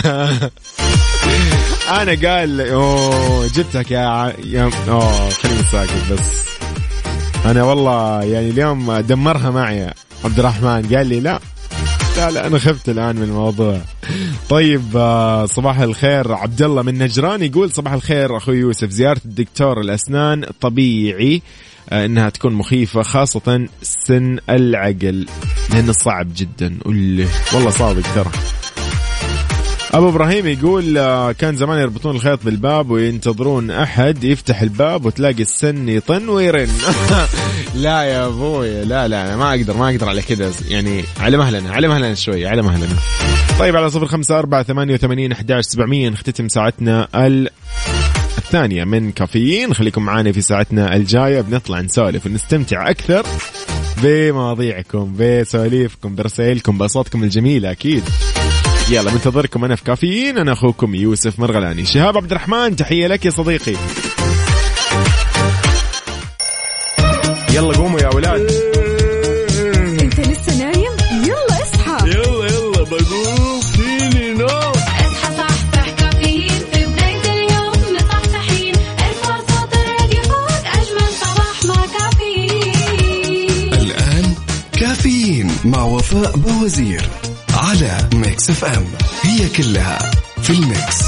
انا قال اوه جبتك يا يا اوه خليني ساكت بس. انا والله يعني اليوم دمرها معي عبد الرحمن قال لي لا لا لا انا خفت الان من الموضوع. طيب صباح الخير عبد الله من نجران يقول صباح الخير اخوي يوسف. زياره الدكتور الاسنان طبيعي انها تكون مخيفه خاصه سن العقل لانه صعب جدا. والله صادق ترى. أبو إبراهيم يقول كان زمان يربطون الخيط بالباب وينتظرون أحد يفتح الباب وتلاقي السن يطن ويرن. لا يا أبوي لا لا أنا ما أقدر ما أقدر على كده يعني. على مهلنا على مهلنا شوي على مهلنا. طيب على صفر خمسة أربعة ثمانية وثمانين أحد عشر سبعمية نختتم ساعتنا الثانية من كافيين. خليكم معانا في ساعتنا الجاية بنطلع نسولف ونستمتع أكثر بمواضيعكم بسواليفكم برسائلكم بأصواتكم الجميلة أكيد. يلا منتظركم أنا في كافيين. أنا أخوكم يوسف مرغلاني. شهاب عبد الرحمن تحية لك يا صديقي. يلا قوموا يا أولاد. أنت لسه نايم؟ يلا اصحى. يلا يلا بقوم فيني نوم. اصحى صحصح كافيين في بداية اليوم مصحصحين وفاء بوزير على ميكس اف ام. هي كلها في الميكس.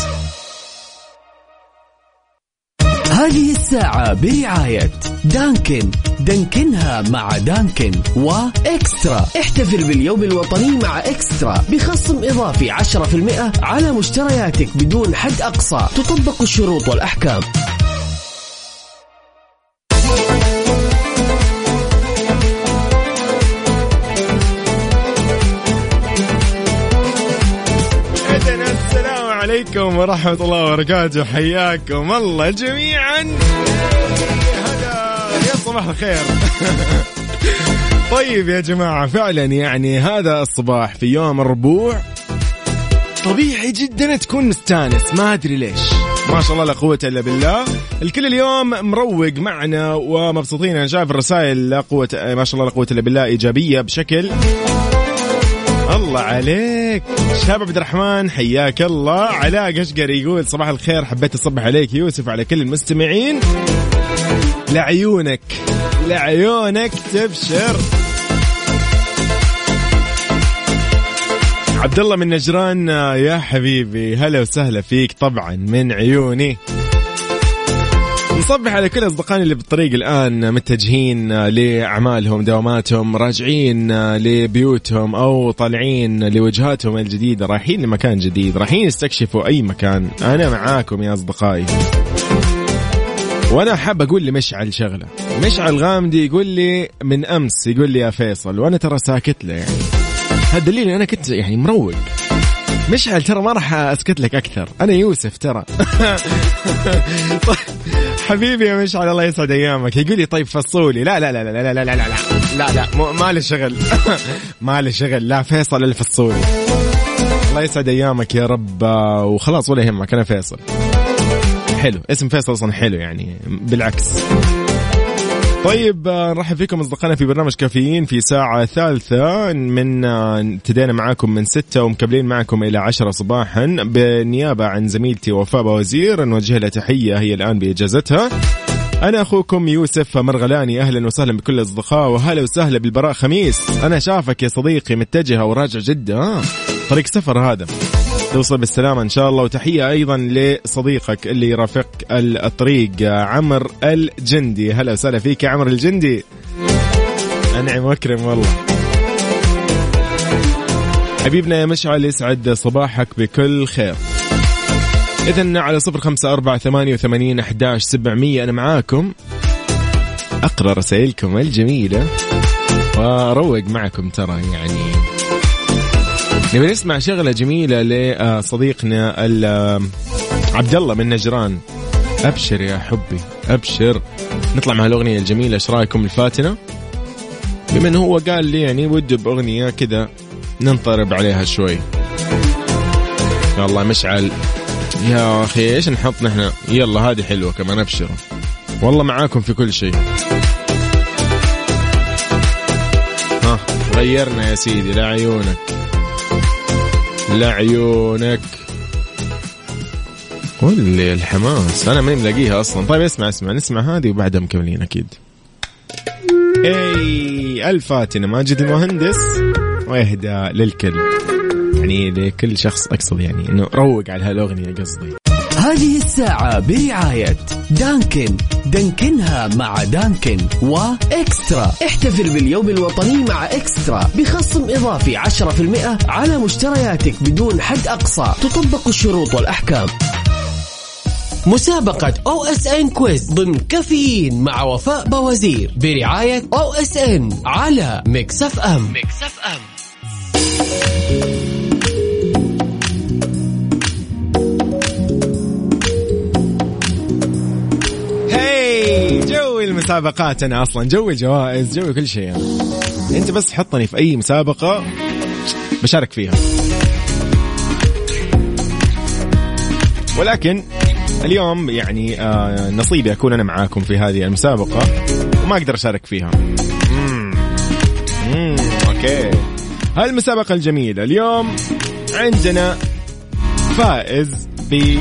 هذه الساعة برعاية دانكن، دانكنها مع دانكن، وإكسترا. احتفل باليوم الوطني مع إكسترا بخصم إضافي عشرة بالمئة على مشترياتك بدون حد أقصى. تطبق الشروط والأحكام. عليكم ورحمة الله وبركاته. حياكم الله جميعا. هذا يا صباح الخير. طيب يا جماعة فعلا يعني هذا الصباح في يوم الربوع طبيعي جدا تكون مستانس، ما أدري ليش، ما شاء الله لا قوة إلا بالله. الكل اليوم مروق معنا ومبسوطين. أنا شايف الرسائل لا قوة ما شاء الله لا قوة إلا بالله إيجابية بشكل الله عليك. شاب عبد الرحمن حياك الله. علاء قشقر يقول صباح الخير، حبيت أصبح عليك يوسف على كل المستمعين. لعيونك لعيونك تبشر. عبد الله من نجران يا حبيبي هلا وسهلا فيك طبعا من عيوني. نصبح على كل أصدقائنا اللي بالطريق الآن متجهين لأعمالهم دواماتهم، راجعين لبيوتهم أو طالعين لوجهاتهم الجديدة، رايحين لمكان جديد، رايحين يستكشفوا أي مكان. أنا معاكم يا أصدقائي. وأنا حاب أقول لمشعل شغلة. مشعل غامدي يقول لي من أمس، يقول لي يا فيصل، وأنا ترى ساكت له، يعني هذا دليل أنا كنت يعني مروق. مشعل ترى ما راح أسكت لك أكثر، أنا يوسف ترى. حبيبي يا مشعل الله يسعد أيامك. يقول لي طيب فصولي. لا لا لا لا لا لا لا لا لا لا ما له شغل. ما له شغل. لا فيصل الفصولي. الله يسعد أيامك يا رب. وخلاص ولا يهمك أنا فيصل. حلو اسم فيصل أصلا حلو يعني بالعكس. طيب نرحب فيكم أصدقائنا في برنامج كافيين في ساعة ثالثة من ابتدينا معاكم من ستة ومكملين معكم إلى عشرة صباحا بالنيابة عن زميلتي وفاء بوزير. نوجه لها تحية هي الآن بإجازتها. أنا أخوكم يوسف مرغلاني. أهلا وسهلا بكل الأصدقاء وهلا وسهلا بالبراء خميس. أنا شافك يا صديقي متجهة وراجع جدة. آه. طريق سفر هذا، توصل بالسلامة إن شاء الله. وتحية أيضا لصديقك اللي يرافق الطريق عمر الجندي. هلا وسهلا فيك يا عمر الجندي. أنعم وأكرم والله. حبيبنا يا مشعل يسعد صباحك بكل خير. إذن على صفر خمسة أربعة ثمانية وثمانين أحداش سبعمية أنا معاكم أقرأ رسائلكم الجميلة وأروق معكم. ترى يعني نبي نسمع شغلة جميلة لصديقنا عبد الله من نجران. أبشر يا حبي أبشر. نطلع مع الأغنية الجميلة. إيش رأيكم الفاتنة؟ بما أنه هو قال لي يعني وده بأغنية كذا ننطرب عليها شوي. يا الله مشعل يا أخي إيش نحط نحن؟ يلا هذه حلوة كمان. أبشر والله معاكم في كل شيء. ها غيرنا يا سيدي. لا عيونك لا عيونك. واللي الحماس أنا ماني ملاقيها أصلا. طيب اسمع اسمع نسمع هذه وبعدها مكملين أكيد. أي الفاتنة ماجد المهندس ويهدى للكل، يعني لكل شخص أقصد، يعني إنه روق على هالأغنية قصدي. هذه الساعة برعاية دانكن، دانكنها مع دانكن، وإكسترا. احتفل باليوم الوطني مع إكسترا بخصم إضافي عشرة بالمئة على مشترياتك بدون حد أقصى. تطبق الشروط والأحكام. مسابقة أو إس إن كويز ضمن كافيين مع وفاء بوزير برعاية أو إس إن على ميكس اف ام. ميكس اف ام. جوي المسابقات أنا أصلا جوي الجوائز جوي كل شيء يعني. أنت بس حطني في أي مسابقة بشارك فيها. ولكن اليوم يعني آه نصيبي أكون أنا معاكم في هذه المسابقة وما أقدر أشارك فيها. مم. مم. أوكي. هالمسابقة الجميلة اليوم عندنا فائز ب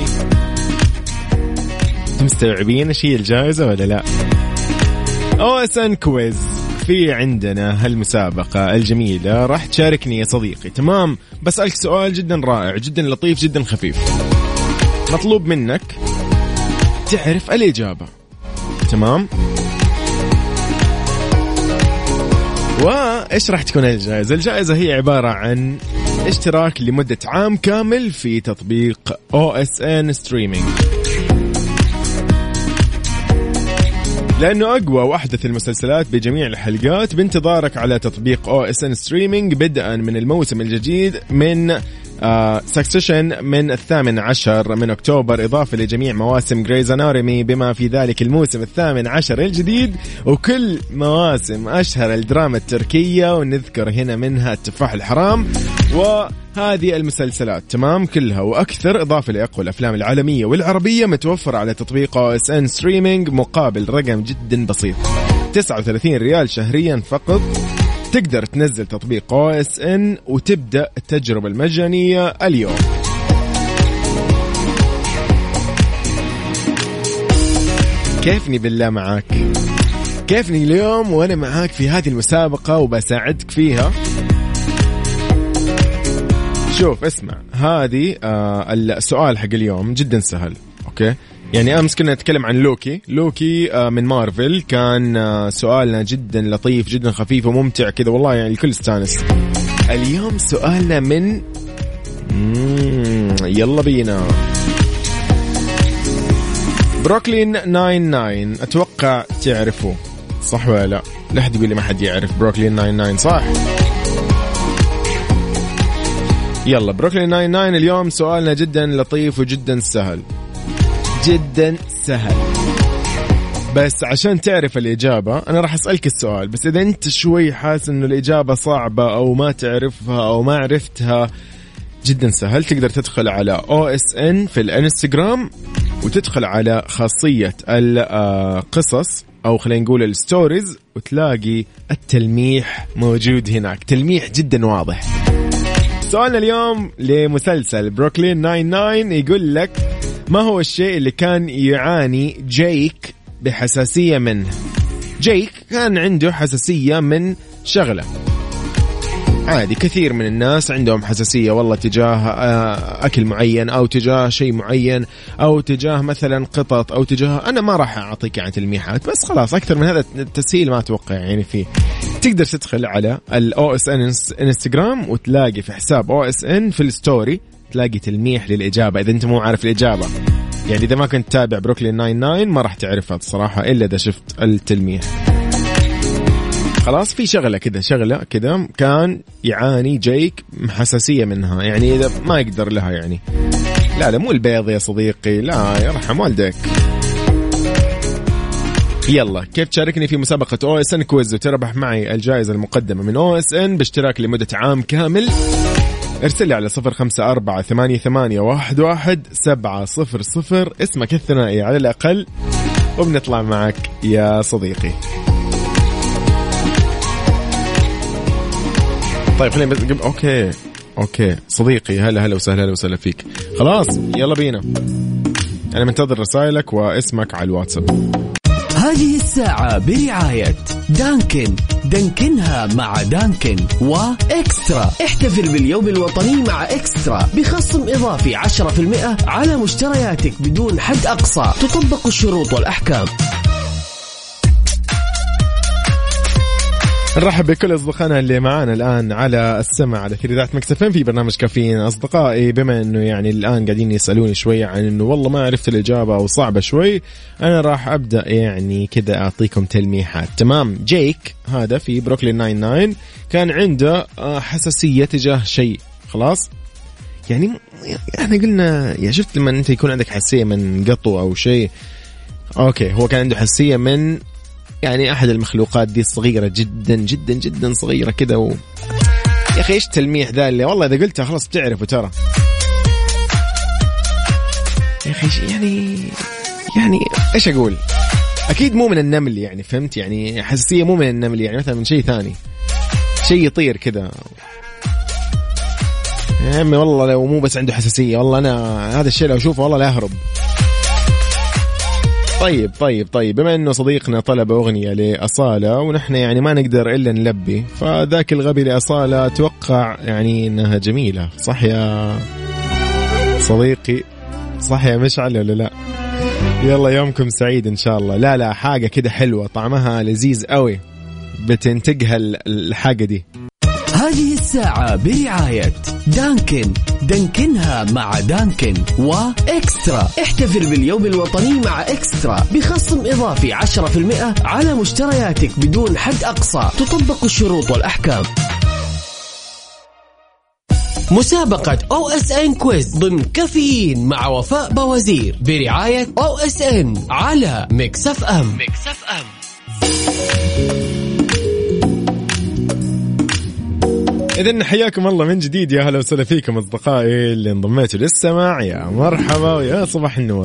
مستوعبين ايش هي الجائزة ولا لا؟ أو إس إن كويز في عندنا هالمسابقة الجميلة راح تشاركني يا صديقي. تمام، بسألك سؤال جدا رائع جدا لطيف جدا خفيف. مطلوب منك تعرف الإجابة. تمام، وإيش راح تكون الجائزة؟ الجائزة هي عبارة عن اشتراك لمدة عام كامل في تطبيق أو إس إن Streaming، لأنه أقوى وأحدث المسلسلات بجميع الحلقات بانتظارك على تطبيق أو إس إن Streaming، بدءا من الموسم الجديد من سكسيشن uh, من الثامن عشر من أكتوبر، إضافة لجميع مواسم Grey's Anatomy بما في ذلك الموسم الثامن عشر الجديد، وكل مواسم أشهر الدراما التركية، ونذكر هنا منها التفاح الحرام وهذه المسلسلات. تمام، كلها وأكثر، إضافة لأقوى الأفلام العالمية والعربية، متوفر على تطبيق أو إس إن Streaming مقابل رقم جدا بسيط تسعة وثلاثين ريال شهريا فقط. تقدر تنزل تطبيق أو إس إن وتبدأ التجربة المجانية اليوم. كيفني بالله معاك، كيفني اليوم وأنا معاك في هذه المسابقة وبساعدك فيها. شوف اسمع، هذه آه السؤال حق اليوم جدا سهل. أوكي، يعني أمس كنا نتكلم عن لوكي لوكي آه من مارفل، كان آه سؤالنا جدا لطيف جدا خفيف وممتع كذا والله، يعني الكل استانس. اليوم سؤالنا من يلا بينا بروكلين ناين ناين. أتوقع تعرفوا صح ولا لا؟ لا أحد يقول لي ما حد يعرف بروكلين ناين ناين، صح؟ يلا بروكلين ناين ناين اليوم سؤالنا جدا لطيف وجدا سهل جدا سهل، بس عشان تعرف الإجابة أنا راح أسألك السؤال، بس إذا أنت شوي حاس إنه الإجابة صعبة أو ما تعرفها أو ما عرفتها، جدا سهل. تقدر تدخل على أو إس إن في الانستغرام وتدخل على خاصية القصص أو خلينا نقول الستوريز، وتلاقي التلميح موجود هناك، تلميح جدا واضح. سؤالنا اليوم لمسلسل بروكلين ناين ناين يقول لك: ما هو الشيء اللي كان يعاني جيك بحساسية منه؟ جيك كان عنده حساسية من شغلة عادي، كثير من الناس عندهم حساسية والله تجاه أكل معين أو تجاه شيء معين أو تجاه مثلا قطط أو تجاه، أنا ما راح أعطيك عن تلميحات بس خلاص أكثر من هذا التسهيل ما أتوقع يعني فيه. تقدر تدخل على ال أو إس إن انستغرام وتلاقي في حساب أو إس إن في الستوري تلاقي تلميح للإجابة إذا أنت مو عارف الإجابة. يعني إذا ما كنت تابع بروكلين ناين ناين ما راح تعرفها الصراحة إلا إذا شفت التلميح. خلاص في شغلة كده شغلة كده كان يعاني جيك حساسية منها، يعني إذا ما يقدر لها يعني. لا لا مو البيض يا صديقي، لا يرحم والدك. يلا كيف تشاركني في مسابقة أو إس إن كويز وتربح معي الجائزة المقدمة من أو إس إن باشتراك لمدة عام كامل؟ ارسل لي على صفر خمسة أربعة ثمانية ثمانية واحد واحد سبعة صفر صفر اسمك الثنائي على الأقل وبنطلع معك يا صديقي. طيب خلينا بس قبل. اوكي اوكي صديقي، هلا هلا وسهلا هلا وسهلا فيك. خلاص يلا بينا، انا منتظر رسائلك واسمك على الواتساب. هذه الساعة برعاية دانكن، دانكنها مع دانكن وإكسترا. احتفل باليوم الوطني مع إكسترا بخصم إضافي عشرة بالمئة على مشترياتك بدون حد أقصى، تطبق الشروط والأحكام. نرحب بكل أصدقائنا اللي معانا الآن على السمع على ثلاثة مكسفين في برنامج كافيين. أصدقائي بما أنه يعني الآن قاعدين يسألوني شوية عن أنه والله ما عرفت الإجابة أو صعبة شوي، أنا راح أبدأ يعني كذا أعطيكم تلميحات. تمام، جيك هذا في بروكلين ناين ناين كان عنده حساسية تجاه شيء. خلاص يعني احنا قلنا يا شفت لما أنت يكون عندك حساسية من قطو أو شيء، أوكي هو كان عنده حساسية من يعني أحد المخلوقات دي الصغيرة جدا جدا جدا صغيرة كده و... يا أخي إيش تلميح ذا اللي والله إذا قلتها خلاص بتعرفه ترى يا أخي. يعني يعني إيش أقول، أكيد مو من النمل يعني، فهمت يعني حساسية مو من النمل يعني مثلا من شيء ثاني، شيء يطير كده يا عمي. والله لو مو بس عنده حساسية والله أنا هذا الشيء لو أشوفه والله لا أهرب. طيب طيب طيب بما انه صديقنا طلب اغنيه لاصاله ونحن يعني ما نقدر الا نلبي، فذاك الغبي لاصاله اتوقع يعني انها جميله، صح يا صديقي؟ صح يا مشعل ولا لا؟ يلا يومكم سعيد ان شاء الله. لا لا حاجه كده حلوه طعمها لذيذ قوي بتنتجها الحاجه دي. هذه الساعة برعاية دانكن، دانكنها مع دانكن وإكسترا. احتفل باليوم الوطني مع إكسترا بخصم إضافي عشرة بالمئة على مشترياتك بدون حد أقصى. تطبق الشروط والأحكام. مسابقة أو إس إن كويز ضمن كافيين مع وفاء بوزير برعاية أو إس إن على ميكس إف إم. ميكس إف إم. إذن حياكم الله من جديد، يا هلا وسهلا فيكم أصدقائي اللي انضميتوا للسماع، يا مرحبا ويا صباح النور.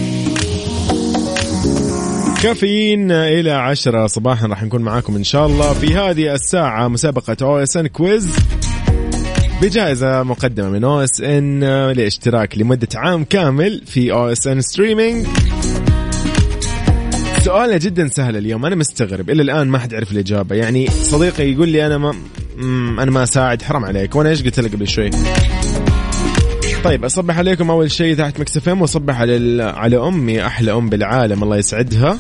كافيين إلى عشرة صباحا راح نكون معاكم إن شاء الله في هذه الساعة. مسابقة أو إس إن كويز بجائزة مقدمة من أو إس إن لاشتراك لمدة عام كامل في أو إس إن ستريمينج. سؤاله جدا سهل اليوم، أنا مستغرب إلا الآن ما حد عرف الإجابة. يعني صديقي يقول لي أنا ما أنا ما أساعد، حرام عليك، وأنا إيش قلت لك قبل شوي. طيب أصبح عليكم أول شيء تحت ميكس إف إم، وصبح على على أمي أحلى أم بالعالم الله يسعدها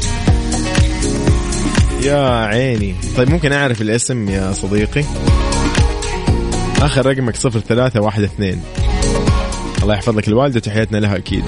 يا عيني. طيب ممكن أعرف الاسم يا صديقي؟ آخر رقمك صفر ثلاثة واحد اثنين. الله يحفظ لك الوالدة، تحياتنا لها أكيد.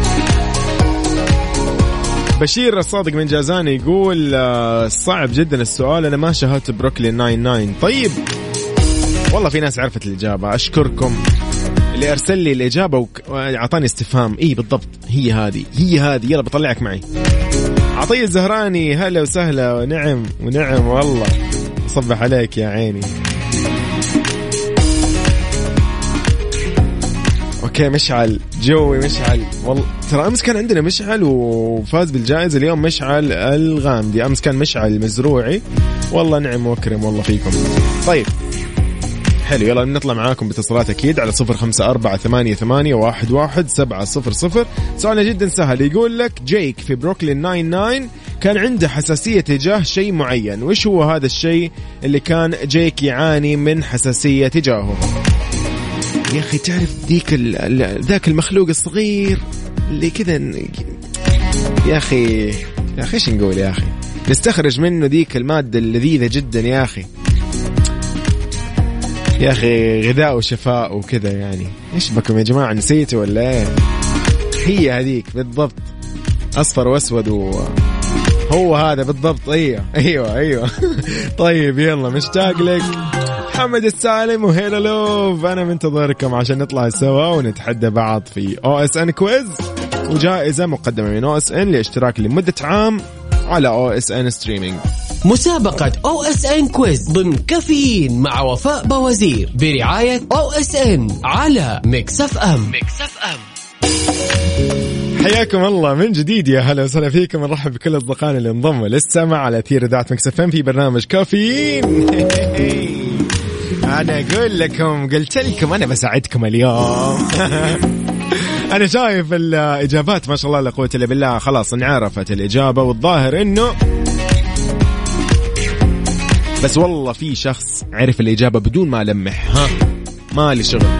بشير الصادق من جازان يقول صعب جدا السؤال، أنا ما شاهدت بروكلين ناين ناين. طيب والله في ناس عرفت الإجابة، أشكركم اللي أرسل لي الإجابة وعطاني استفهام. إيه بالضبط هي هذه هي هذه يلا بطلعك معي. عطية الزهراني هلا وسهلا ونعم ونعم والله، صبح عليك يا عيني. اوكي مشعل جوي مشعل، والله ترى امس كان عندنا مشعل وفاز بالجائزه، اليوم مشعل الغامدي، امس كان مشعل المزروعي، والله نعم واكرم والله فيكم. طيب حلو، يلا نطلع معاكم باتصالات اكيد على صفر خمسة أربعة ثمانية ثمانية واحد واحد سبعة صفر صفر. سؤالنا جدا سهل، يقول لك جيك في بروكلين ناين ناين كان عنده حساسيه تجاه شيء معين، وش هو هذا الشيء اللي كان جيك يعاني من حساسيه تجاهه؟ يا أخي تعرف ديك ذاك المخلوق الصغير اللي كذا، يا أخي يا أخي إيش نقول يا أخي، نستخرج منه ديك المادة اللذيذة جدا يا أخي، يا أخي غذاء وشفاء وكذا. يعني إيش بكم يا جماعة، نسيتوا ولا إيه؟ هي هذيك بالضبط، أصفر وأسود وهو هذا بالضبط. أيوة أيوة أيوة طيب يلا مشتاق لك محمد السالم وهيلا لوف، أنا منتظركم عشان نطلع سوا ونتحدى بعض في أو إس إن كويز، وجائزة مقدمة من أو إس إن لاشتراك لمدة عام على أو إس إن ستريمينج. مسابقة أو إس إن كويز ضمن كافيين مع وفاء بوزير برعاية أو إس إن على ميكس إف إم. ميكس إف إم. حياكم الله من جديد، يا هلا وسهلا فيكم، نرحب بكل أصدقائنا اللي انضموا للسمع على أثير إذاعة ميكس إف إم في برنامج كافيين. أنا أقول لكم قلت لكم أنا بساعدكم اليوم. أنا شايف الإجابات ما شاء الله لا قوة إلا بالله، خلاص انعرفت الإجابة، والظاهر إنه بس والله في شخص عرف الإجابة بدون ما لمح، ها ما لي شغل.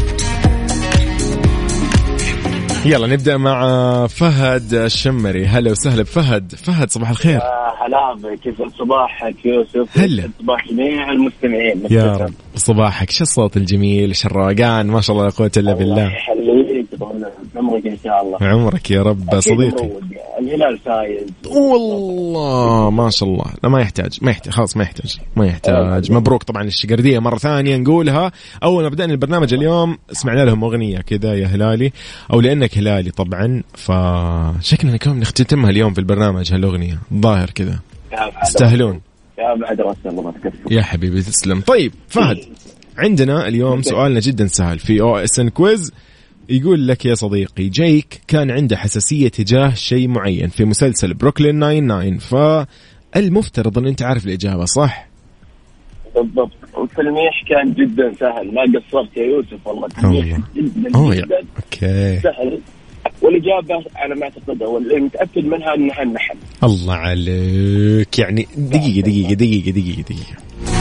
يلا نبدأ مع فهد الشمري، هلا وسهلا بفهد. فهد صباح الخير. هلا كيف صباحك يوسف؟ هلا صباح جميع المستمعين. يا رب صباحك، شو الصوت الجميل، شو الروقان، ما شاء الله لا قوة إلا بالله. يحليك عمرك إن شاء الله. عمرك يا رب صديقي. الهلال فايز والله ما شاء الله. لا ما يحتاج ما يحتاج خلاص ما يحتاج ما يحتاج مبروك طبعا الشقردية مرة ثانية نقولها. أول ما بدأنا البرنامج اليوم سمعنا لهم أغنية كذا يا هلالي، أو لأنك هلالي طبعا، فشكلنا كم نختتمها اليوم في البرنامج هالأغنية، ظاهر كذا استاهلون. يا بعد رأس الله يا حبيبي تسلم. طيب فهد، عندنا اليوم سؤالنا جدا سهل في أو إس إن كويز، يقول لك يا صديقي جيك كان عنده حساسية تجاه شيء معين في مسلسل بروكلين ناين ناين، فالمفترض أن أنت عارف الإجابة صح؟ بالضبط، والتلميح كان جدا سهل، ما قصرت يا يوسف والله، تلميح جدا أوه جدا أوكي. سهل والإجابة على ما أعتقد واللي متأكد منها أنها النحل. الله عليك. يعني دقيقة دقيقة دقيقة دقيقة دقيقة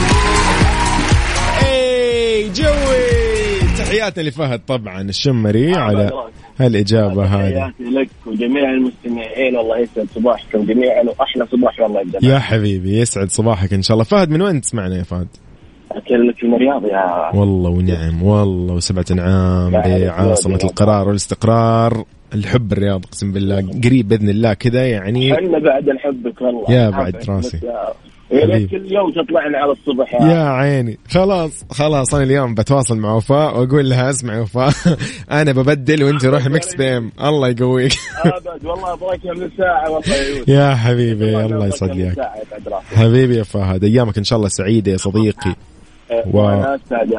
اي جوي. تحياتنا لفهد طبعا الشمري على هالإجابة هذه. تحياتي لك وجميع المستمعين، والله يسعد صباحكم جميعا وأحلى صباح والله يا يا حبيبي. يسعد صباحك إن شاء الله. فهد من وين تسمعنا يا فهد؟ أكلمك في الرياض يا والله ونعم والله وسبعة نعام بعاصمة القرار والاستقرار. الحب الرياض قسم بالله قريب بإذن الله كذا يعني. حنا بعد نحبك والله يا بعد راسي يا ريت كل يوم تطلعنا على الصبح يا, يا عيني. خلاص خلاص أنا اليوم بتواصل مع وفاء وأقول لها اسمع وفاء أنا ببدل وأنت روح ميكس بي ام. الله يقويك. أبد والله أبغاك من ساعة والله يا حبيبي الله يسعدك حبيبي يا فهد. أيامك إن شاء الله سعيدة يا صديقي. و...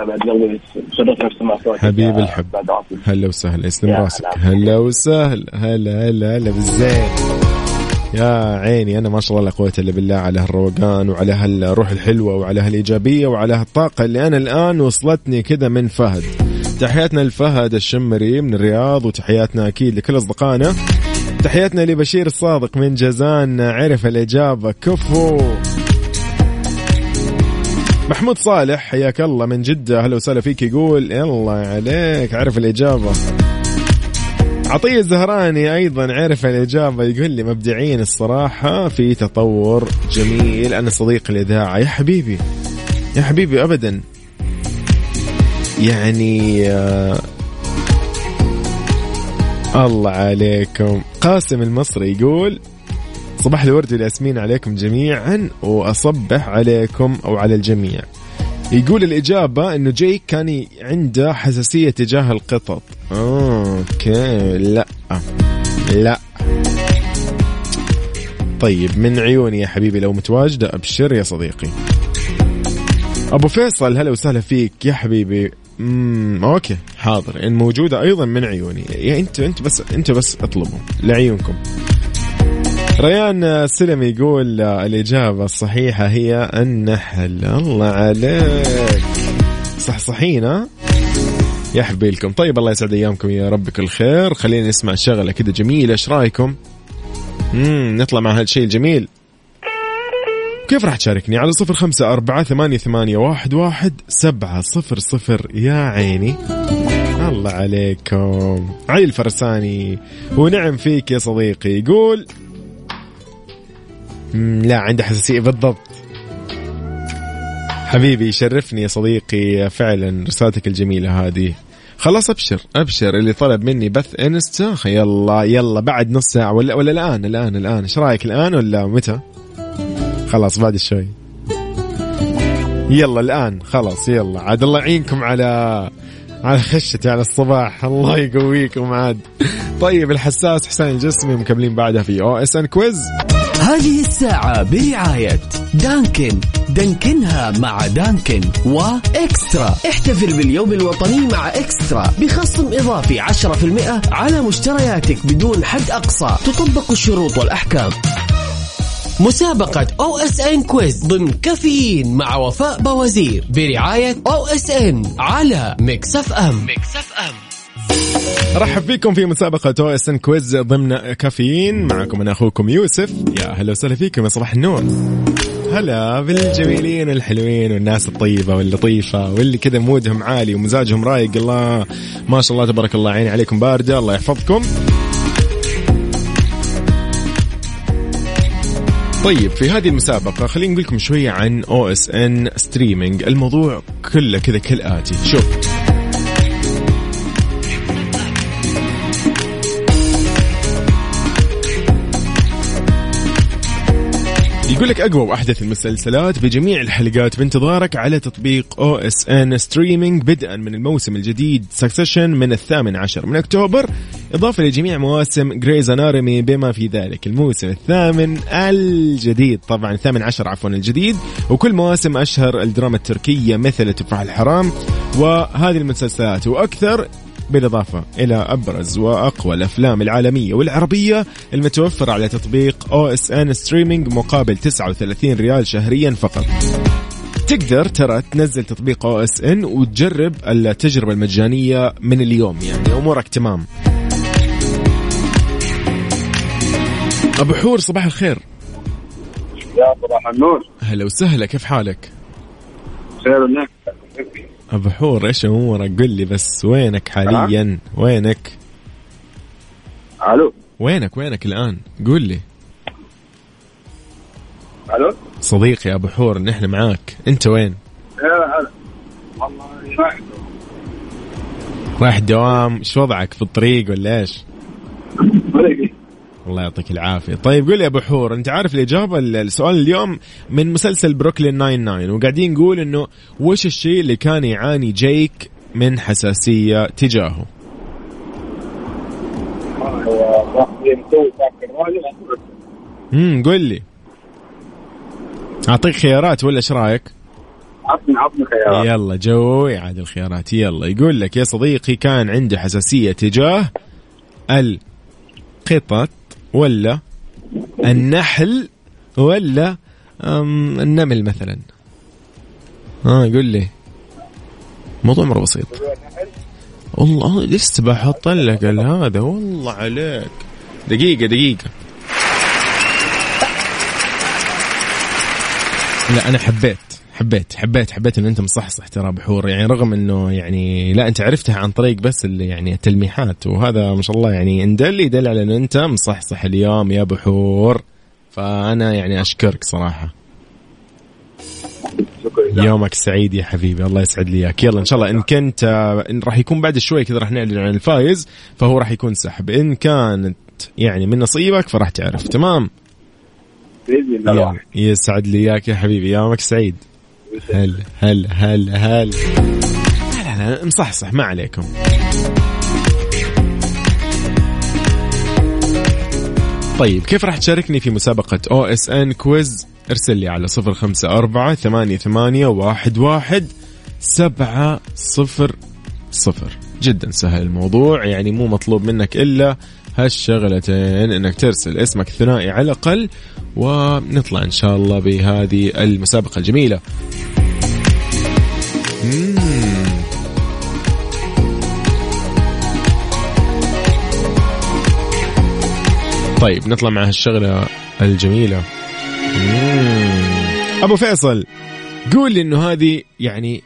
حبيب الحب. هلا وسهلا. يسلم راسك. هلا وسهلا. هلا هلا هلا بالزين يا عيني. أنا ما شاء الله لا قوة إلا بالله على هالروقان وعلى هالروح الحلوة وعلى هالإيجابية وعلى هالطاقة اللي أنا الآن وصلتني كذا من فهد. تحياتنا لفهد الشمري من الرياض، وتحياتنا أكيد لكل أصدقائنا. تحياتنا لبشير الصادق من جازان عرف الإجابة كفو. محمود صالح حياك الله من جدة هلا وسهلا فيك. يقول يلا عليك عرف الإجابة. عطية الزهراني أيضا عرف الإجابة. يقول لي مبدعين الصراحة في تطور جميل. أنا صديق الإذاعة. يا حبيبي يا حبيبي أبدا يعني آه الله عليكم. قاسم المصري يقول صباح الورد والياسمين عليكم جميعا وأصبح عليكم أو على الجميع. يقول الإجابة إنه جاي كان عنده حساسية تجاه القطط. أوكي لا لا طيب من عيوني يا حبيبي لو متواجدة أبشر يا صديقي. أبو فيصل هلا وسهلا فيك يا حبيبي. امم اوكي حاضر ان موجودة ايضا من عيوني. يا انت انت بس انت بس اطلبوا لعيونكم. ريان سلم يقول الإجابة الصحيحة هي النحل. الله عليك صح صحينا يا حبيلكم. طيب الله يسعد أيامكم يا رب كل خير. خلينا نسمع شغلة كده جميلة. إيش رأيكم؟ مم نطلع مع هالشيء الجميل. كيف راح تشاركني على صفر خمسة أربعة ثمانية ثمانية واحد واحد سبعة صفر صفر. يا عيني الله عليكم. علي الفرساني ونعم فيك يا صديقي. يقول لا عنده حساسية بالضبط. حبيبي يشرفني يا صديقي فعلا رسالتك الجميلة هذه. خلاص أبشر أبشر اللي طلب مني بث إنستا. يلا يلا بعد نص ساعة ولا ولا الآن الآن الآن إيش رأيك الآن ولا متى؟ خلاص بعد شوي. يلا الآن خلاص يلا عاد. الله يعينكم على على خشتي على الصباح. الله يقويكم عاد. طيب الحساس حسين الجسمي مكملين بعدها في او اس ان كويز. هذه الساعة برعاية دانكن. دانكنها مع دانكن وإكسترا. احتفل باليوم الوطني مع إكسترا بخصم إضافي عشرة بالمئة على مشترياتك بدون حد أقصى. تطبق الشروط والأحكام. مسابقة أو إس إن كويز ضمن كافيين مع وفاء بوزير برعاية أو إس إن على ميكس اف ام. ميكس اف ام. رحب فيكم في مسابقة أو إس إن كويز ضمن كافيين. معكم أنا أخوكم يوسف. يا هلا وسهلا فيكم يا صباح النور. هلا بالجميلين الحلوين والناس الطيبة واللطيفة واللي كذا مودهم عالي ومزاجهم رايق. الله ما شاء الله تبارك الله. عيني عليكم باردة. الله يحفظكم. طيب في هذه المسابقة خلينا نقول لكم شوية عن أو إس إن ستريمينج. الموضوع كله كذا كالآتي. شوف يقول لك أقوى وأحدث المسلسلات بجميع الحلقات بانتظارك على تطبيق أو إس إن ستريمينج بدءا من الموسم الجديد سكسيشن من الثامن عشر من أكتوبر، إضافة لجميع مواسم جريز أناتومي بما في ذلك الموسم الثامن الجديد طبعا الثامن عشر عفوا الجديد، وكل مواسم أشهر الدراما التركية مثل تفاح الحرام وهذه المسلسلات وأكثر، بالإضافة إلى أبرز وأقوى الأفلام العالمية والعربية المتوفرة على تطبيق أو إس إن ستريمينج مقابل تسعة وثلاثين ريال شهريا فقط. تقدر ترى تنزل تطبيق أو إس إن وتجرب التجربة المجانية من اليوم، يعني أمورك تمام. أبو حور صباح الخير. يا صباح النور. هلا وسهلا، كيف حالك؟ خير ونعم. أبو حور إيش أمورك؟ قل لي بس وينك حاليا؟ وينك؟ ألو. وينك وينك الآن؟ قل لي. ألو. صديقي أبو حور نحن معاك، أنت وين؟ يا هلا. والله رايح. رايح الدوام، إيش وضعك في الطريق ولا إيش؟ الله يعطيك العافية. طيب قل لي أبو حور، أنت عارف الإجابة؟ السؤال اليوم من مسلسل بروكلين ناين ناين، وقاعدين نقول إنه وش الشيء اللي كان يعاني جيك من حساسية تجاهه؟ امم قل لي. أعطيك خيارات ولا إيش رأيك؟ عطني عطني خيارات. يلا جوي عاد الخيارات. يلا يقول لك يا صديقي كان عنده حساسية تجاه القطط ولا النحل ولا النمل مثلا. ها قل لي. موضوع مرة بسيط والله، لسه بحط لك هذا والله عليك. دقيقة دقيقة. لا أنا حبيت حبيت حبيت حبيت إن أنت مصحصح ترى بحور، يعني رغم إنه يعني لا أنت عرفتها عن طريق بس اللي يعني التلميحات، وهذا ما شاء الله يعني إن دل يدل على إن أنت مصحصح اليوم يا بحور، فأنا يعني أشكرك صراحة. يومك سعيد يا حبيبي، الله يسعد لي إياك. يلا إن شاء الله إن كنت إن راح يكون بعد شوي كذا راح نعلن عن الفائز، فهو راح يكون سحب. إن كانت يعني من نصيبك فراح تعرف. تمام. يلا يسعد لي إياك يا حبيبي، يومك سعيد. هلا هلا هلا هلا. لا لا لا مصحصح ما عليكم. طيب كيف راح تشاركني في مسابقة أو إس إن كويز؟ ارسل لي على صفر خمسة أربعة ثمانية ثمانية واحد واحد سبعة صفر صفر. جدا سهل الموضوع، يعني مو مطلوب منك إلا هالشغلتين، انك ترسل اسمك الثنائي على الأقل، ونطلع ان شاء الله بهذه المسابقة الجميلة. مم. طيب نطلع مع هالشغلة الجميلة. مم. ابو فيصل قول لي انه هذه يعني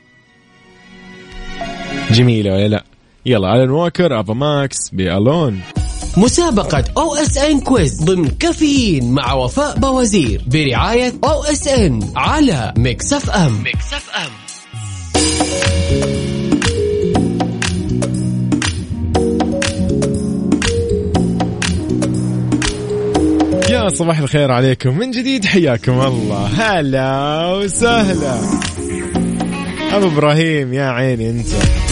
جميلة ولا لا؟ يلا ألان ووكر أفا ماكس بألون. مسابقة أو إس إن كويز ضمن كافيين مع وفاء بوزير برعاية أو إس إن على ميكس اف ام. ميكس اف ام. يا صباح الخير عليكم من جديد، حياكم الله. هلا وسهلا أبو إبراهيم، يا عيني أنت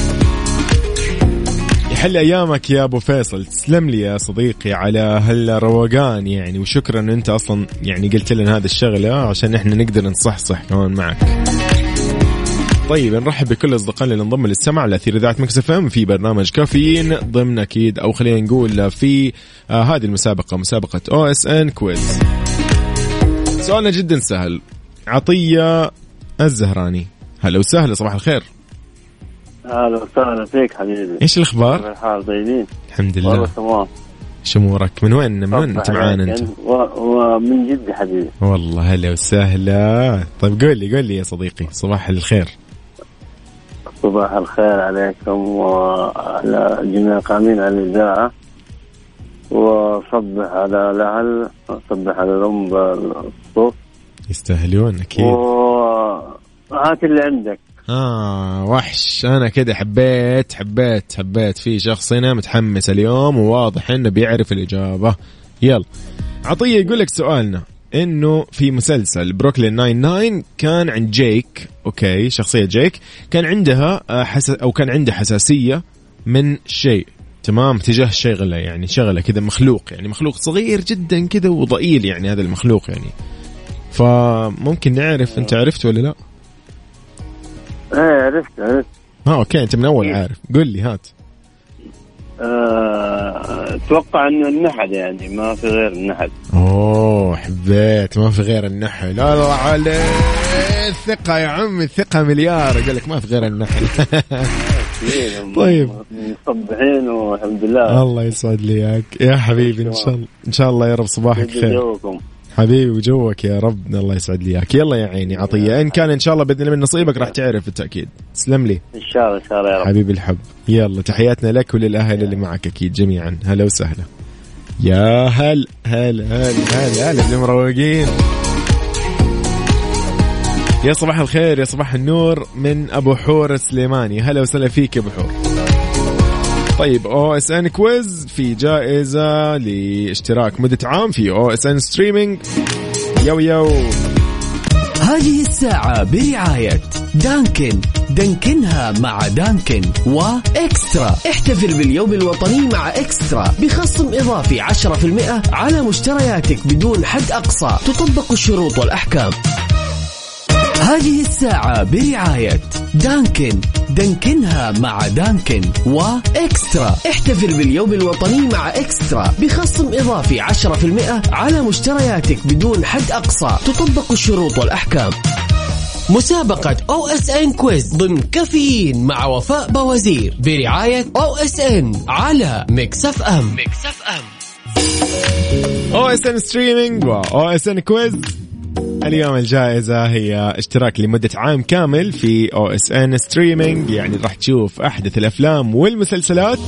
يحل أيامك يا أبو فيصل. تسلم لي يا صديقي على هالروقان يعني، وشكرا أن أنت أصلا يعني قلت لنا هذا الشغلة عشان إحنا نقدر نصحصح كمان معك. طيب نرحب بكل أصدقائنا اللي انضموا للسمع على أثير إذاعة ميكس اف ام في برنامج كافيين ضمن أكيد أو خلينا نقول في آه هذه المسابقة، مسابقة أو إس إن كويز. سؤالنا جدا سهل. عطية الزهراني، هلا وسهلا، صباح الخير. هلا وسهلا فيك حبيبي. ايش الاخبار؟ الحال طيبين الحمد لله. والله تمام. ايش امورك؟ من وين من وين انت معانا انت؟ ومن جدة حبيبي. والله هلا وسهلا. طيب قول لي قول لي يا صديقي، صباح الخير. صباح الخير عليكم وعلى جميع القائمين على الإذاعة، وصبح على الأهل، صبح على الأم بالصوت. يستاهلون أكيد. وهات اللي عندك. آه وحش، أنا كده حبيت حبيت حبيت في شخص هنا متحمس اليوم وواضح إنه بيعرف الإجابة. يلا عطية يقول لك سؤالنا إنه في مسلسل بروكلين ناين ناين كان عند جيك، أوكي شخصية جيك كان عندها حس أو كان عنده حساسية من شيء، تمام، تجاه شغلة يعني شغلة كذا مخلوق، يعني مخلوق صغير جدا كذا وضئيل يعني هذا المخلوق يعني. فممكن نعرف أنت عرفت ولا لا؟ ايه عرفت عرفت. ها اوكي انت من اول عارف، قل لي هات. اتوقع انه النحل، يعني ما في غير النحل. اوه حبيت، ما في غير النحل. الله عليك، الثقة يا عمي، الثقة مليار. اقول لك ما في غير النحل. طيب مصبحين والحمد لله. الله يسعد لي اياك يا حبيبي. ان شاء الله ان شاء الله يا رب صباحك خير حبيبي وجوك يا رب. الله يسعد لي اياك. يلا يا عيني عطيه ان كان ان شاء الله باذن الله من نصيبك راح تعرف بالتاكيد. تسلم لي ان شاء الله ان شاء الله يا رب حبيبي الحب. يلا تحياتنا لك وللاهل اللي معك اكيد جميعا. هلا وسهلا يا هل هل هل هل هل بالمروقين. يا صباح الخير يا صباح النور من ابو حور السليماني. هلا وسهلا فيك يا ابو حور. طيب او اس ان كويز في جائزة لاشتراك مدة عام في او اس ان ستريمينج. يو يو هذه الساعة برعاية دانكن، دانكنها مع دانكن وإكسترا. احتفل باليوم الوطني مع إكسترا بخصم إضافي عشرة بالمئة على مشترياتك بدون حد أقصى. تطبق الشروط والأحكام. هذه الساعة برعاية دانكن، دانكنها مع دانكن وإكسترا. احتفل باليوم الوطني مع إكسترا بخصم إضافي عشرة بالمئة على مشترياتك بدون حد أقصى. تطبق الشروط والأحكام. مسابقة أو إس إن كويز ضمن كافيين مع وفاء بوزير برعاية أو إس إن على ميكس اف ام. ميكس اف ام او اس ان ستريمينج و او اس ان كويز. اليوم الجائزة هي اشتراك لمدة عام كامل في او اس ان ستريمينج، يعني راح تشوف احدث الافلام والمسلسلات.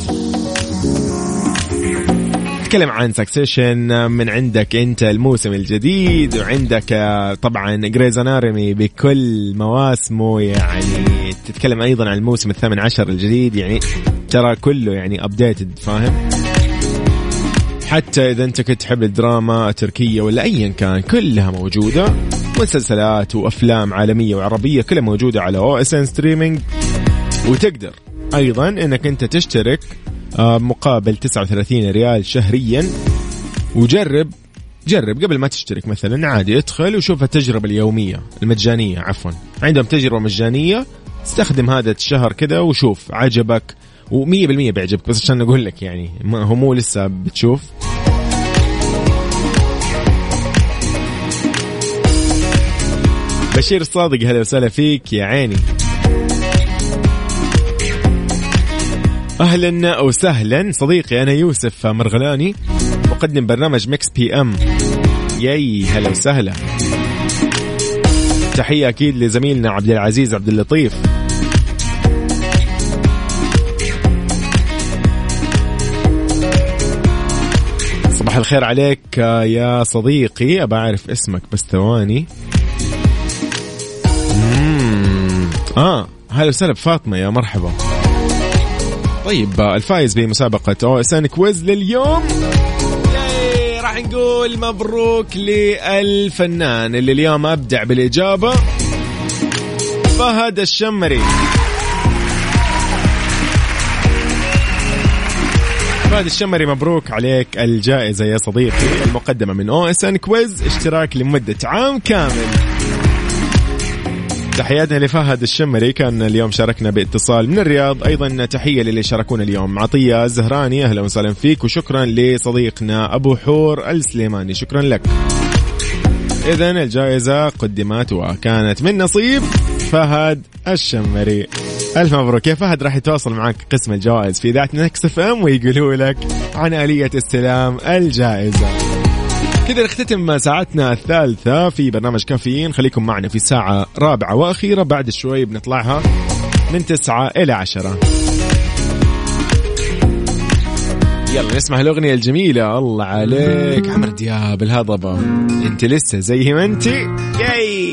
نتكلم عن سكسيشن من عندك انت الموسم الجديد، وعندك طبعا جريز اناتومي بكل مواسمه، يعني تتكلم ايضا عن الموسم الثامن عشر الجديد، يعني ترى كله يعني ابديتد فاهم. حتى إذا أنت كنت تحب الدراما التركية ولا أيا كان كلها موجودة، مسلسلات وأفلام عالمية وعربية كلها موجودة على أو إس إن ستريمينج. وتقدر أيضا أنك أنت تشترك مقابل تسعة وثلاثين ريال شهريا، وجرب جرب قبل ما تشترك مثلا عادي ادخل وشوف التجربة اليومية المجانية، عفوا عندهم تجربة مجانية، استخدم هذا الشهر كذا وشوف عجبك ومية بالمية بيعجبك. بس عشان نقول لك يعني ما هو مو لسه بتشوف. بشير الصادق هلا وسهلا فيك يا عيني. أهلا وسهلا صديقي، أنا يوسف مرغلاني مقدم برنامج ميكس بي أم. ياي هلا وسهلا. تحية أكيد لزميلنا عبد العزيز عبد اللطيف. صباح الخير عليك يا صديقي، أبى أعرف اسمك بس ثواني. آه هلا وسهلا بفاطمة، يا مرحبا. طيب الفائز بمسابقة أو إس إن كويز لليوم راح نقول مبروك للفنان اللي اليوم أبدع بالإجابة، فهد الشمري. فهد الشمري مبروك عليك الجائزة يا صديقي المقدمة من أو إس إن كويز، اشتراك لمدة عام كامل. تحياتنا لفهد الشمري، كان اليوم شاركنا باتصال من الرياض. أيضا تحية للي شاركونا اليوم، عطية زهراني أهلا وسهلا فيك، وشكرا لصديقنا أبو حور السليماني، شكرا لك. إذن الجائزة قدمت وكانت من نصيب فهد الشمري. ألف مبروك يا فهد. راح يتواصل معك قسم الجوائز في إذاعة ميكس اف ام ويقولوا لك عن آلية استلام الجائزة. كذا نختتم ساعتنا الثالثة في برنامج كافيين. خليكم معنا في ساعة رابعة وأخيرة، بعد شوي بنطلعها من تسعة إلى عشرة. يلا نسمع الأغنية الجميلة الله عليك عمرو دياب الهضبة. انت لسه زي ما انت جاي.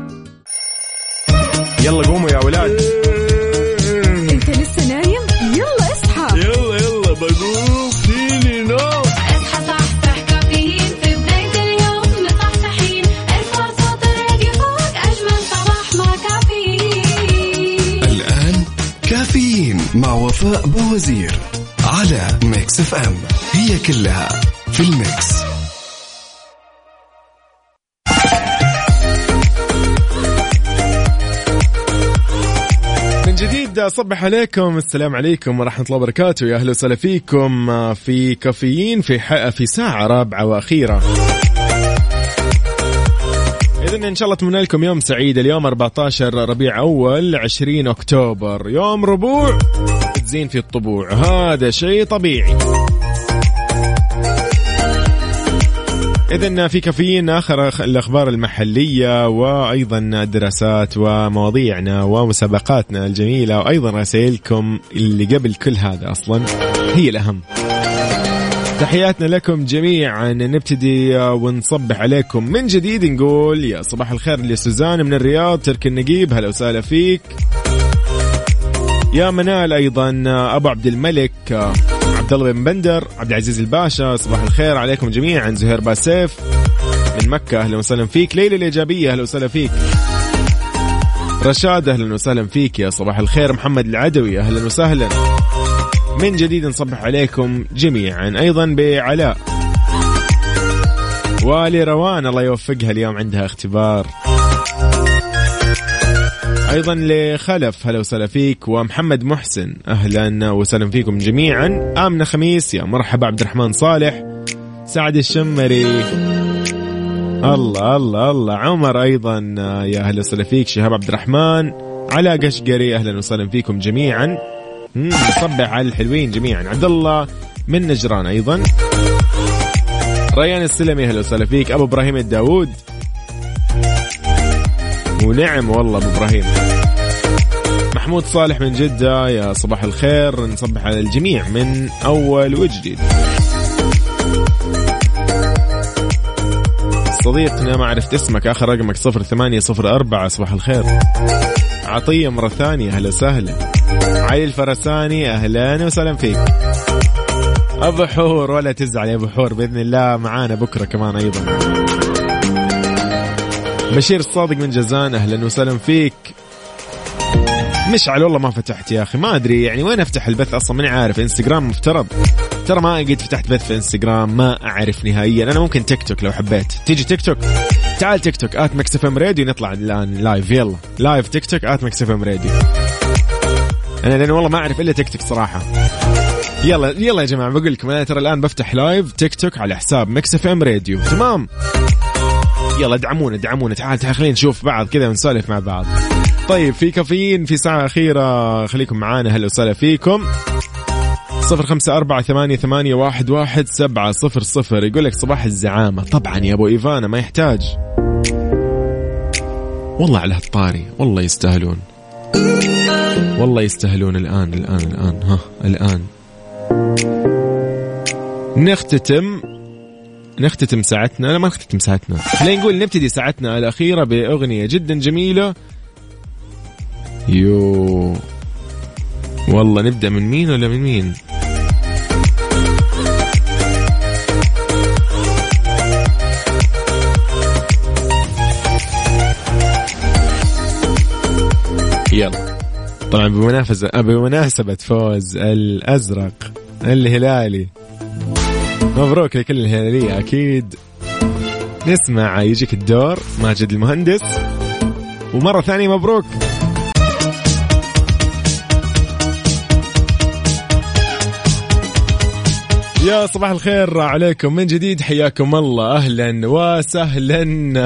يلا قوموا يا أولاد. انت لسه نايم؟ يلا اصحى. يلا يلا بقوم فيني نو. اصحى صحصح كافيين في بداية اليوم مصحصحين، ارفع صوت الراديو فوق أجمل صباح مع كافيين. الآن كافيين مع وفاء بوزير على ميكس اف ام، هي كلها في الميكس. صبح عليكم، السلام عليكم ورحمة الله وبركاته، يا أهلا وسهلا فيكم في كافيين في في ساعة رابعة وأخيرة. إذن إن شاء الله أتمنى لكم يوم سعيد. اليوم أربعة عشر ربيع أول عشرين أكتوبر، يوم ربوع تزين في الطبوع، هذا شيء طبيعي. إذن في كافيين آخر الأخبار المحلية وأيضا الدراسات ومواضيعنا ومسابقاتنا الجميلة وأيضا رسائلكم اللي قبل كل هذا أصلا هي الأهم. تحياتنا لكم جميعا. نبتدي ونصبح عليكم من جديد، نقول يا صباح الخير لسوزان من الرياض، ترك النقيب هلا وسهلا فيك. يا منال أيضا أبو عبد الملك، عبد الله بن بندر، عبد العزيز الباشا، صباح الخير عليكم جميعا. زهير باسيف من مكة أهلا وسهلا فيك. ليلى الإيجابية أهلا وسهلا فيك. رشاد أهلا وسهلا فيك يا صباح الخير. محمد العدوي أهلا وسهلا من جديد، نصبح عليكم جميعا. أيضا بعلاء ولروان الله يوفقها اليوم عندها اختبار. أيضا لخلف هلا وسهلا فيك. ومحمد محسن أهلا وسهلا فيكم جميعا. آمنة خميس يا مرحبا. عبد الرحمن صالح، سعد الشمري، الله الله الله. عمر أيضا يا هلا وسهلا فيك. شهاب عبد الرحمن، علاء قشقري أهلا وسهلا فيكم جميعا. نصبح على الحلوين جميعا. عبد الله من نجران أيضا. ريان السلمي أهلا وسهلا فيك. أبو إبراهيم الداود، ونعم والله أبو إبراهيم. محمود صالح من جدة يا صباح الخير. نصبح على الجميع من أول وجديد. صديقنا ما عرفت اسمك، آخر رقمك صفر ثمانية صفر أربعة، صباح الخير. عطية مرة ثانية هلا وسهلا. علي الفرساني أهلا وسهلا فيك. أبو حور ولا تزعل يا أبو حور، بإذن الله معانا بكرة كمان أيضا. بشير الصادق من جزان أهلا وسهلا فيك. مشعل والله ما فتحت يا أخي، ما أدري يعني وين أفتح البث أصلا، ماني عارف. إنستغرام مفترض، ترى ما قد فتحت بث في إنستغرام، ما أعرف نهائيا. أنا ممكن تيك توك لو حبيت تيجي تيك توك. تعال تيك توك آت ميكس اف ام راديو، نطلع الآن لايف. يلا لايف تيك توك آت ميكس اف ام راديو. أنا لأن والله ما أعرف إلا تيك توك صراحة. يلا يلا يا جماعة، بقول لكم أنا ترى الآن بفتح لايف تيك توك على حساب ميكس اف ام راديو، تمام؟ يلا دعمونا دعمونا، تعال تعال خلينا نشوف بعض كذا ونسولف مع بعض. طيب في كافيين في ساعة أخيرة، خليكم معانا. هلا وسهلا فيكم. صفر خمسة أربعة ثمانية ثمانية واحد واحد سبعة صفر صفر. يقول لك صباح الزعامة. طبعا يا أبو إيفانا ما يحتاج والله على هالطاري، والله يستاهلون، والله يستاهلون. الآن الآن الآن ها الآن نختتم نختتم ساعتنا. لا ما نختتم ساعتنا، خلينا نقول نبتدي ساعتنا الأخيرة بأغنية جدا جميلة. يو والله نبدأ من مين ولا من مين؟ يلا طبعا بمنافسة بمناسبة فوز الأزرق الهلالي، مبروك لكل الهلالية أكيد. نسمع يجيك الدور ماجد المهندس، ومرة ثانية مبروك. يا صباح الخير عليكم من جديد، حياكم الله، أهلا وسهلا.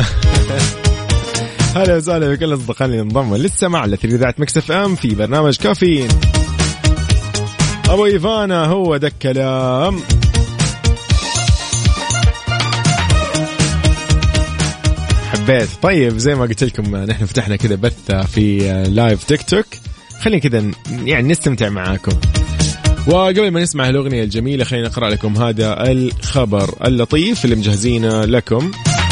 هلا وسهلا بكل أصدقائنا اللي انضموا لسه مع إذاعة ميكس اف ام في برنامج كافيين. أبو إيفانا هو ده الكلام. حبيت. طيب زي ما قلت لكم نحن فتحنا كذا بث في لايف تيك توك، خلينا كذا يعني نستمتع معاكم. وقبل ما نسمع الأغنية الجميلة خلينا نقرأ لكم هذا الخبر اللطيف اللي مجهزينه لكم.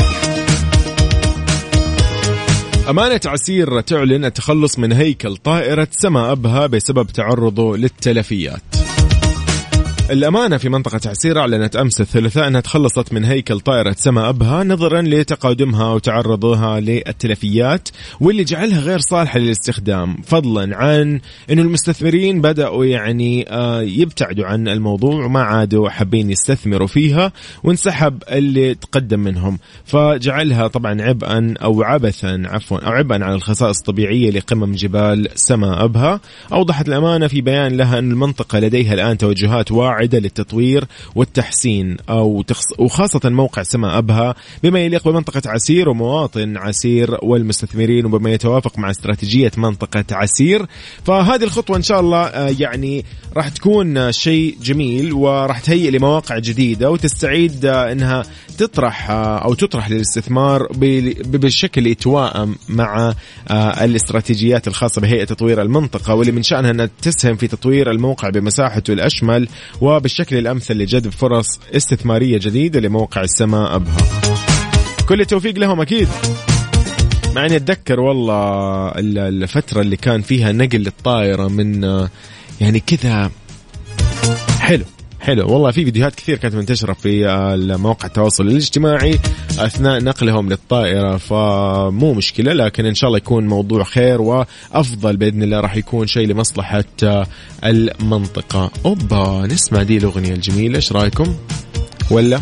أمانة عسير تعلن التخلص من هيكل طائرة سما أبها بسبب تعرضه للتلفيات. الأمانة في منطقة عسير أعلنت أمس الثلاثاء أنها تخلصت من هيكل طائرة سما أبها نظرا لتقادمها وتعرضها للتلفيات، واللي جعلها غير صالحة للاستخدام، فضلا عن أن المستثمرين بدأوا يعني يبتعدوا عن الموضوع وما عادوا حابين يستثمروا فيها، وانسحب اللي تقدم منهم، فجعلها طبعا عبئا أو عبثا عفوا أو عبئا على الخصائص الطبيعية لقمم جبال سما أبها. أوضحت الأمانة في بيان لها أن المنطقة لديها الآن توجهات واعية قاعدة للتطوير والتحسين أو تخص وخاصة موقع سما أبها بما يليق بمنطقة عسير ومواطن عسير والمستثمرين وبما يتوافق مع استراتيجية منطقة عسير. فهذه الخطوة إن شاء الله يعني راح تكون شيء جميل وراح تهيئ لمواقع جديدة وتستعيد أنها تطرح أو تطرح للاستثمار بالشكل يتوائم مع الاستراتيجيات الخاصة بهيئة تطوير المنطقة واللي من شأنها أن تسهم في تطوير الموقع بمساحته الأشمل وبالشكل الأمثل لجذب فرص استثمارية جديدة لموقع السماء أبها. كل التوفيق لهم أكيد. مع أني أتذكر والله الفترة اللي كان فيها نقل للطائرة من يعني كذا حلو حلو والله، في فيديوهات كثير كانت منتشرة في مواقع التواصل الاجتماعي أثناء نقلهم للطائرة، فمو مشكلة، لكن إن شاء الله يكون موضوع خير وأفضل بإذن الله، راح يكون شيء لمصلحة المنطقة. أوبا نسمع دي الأغنية الجميلة، إيش رأيكم؟ ولا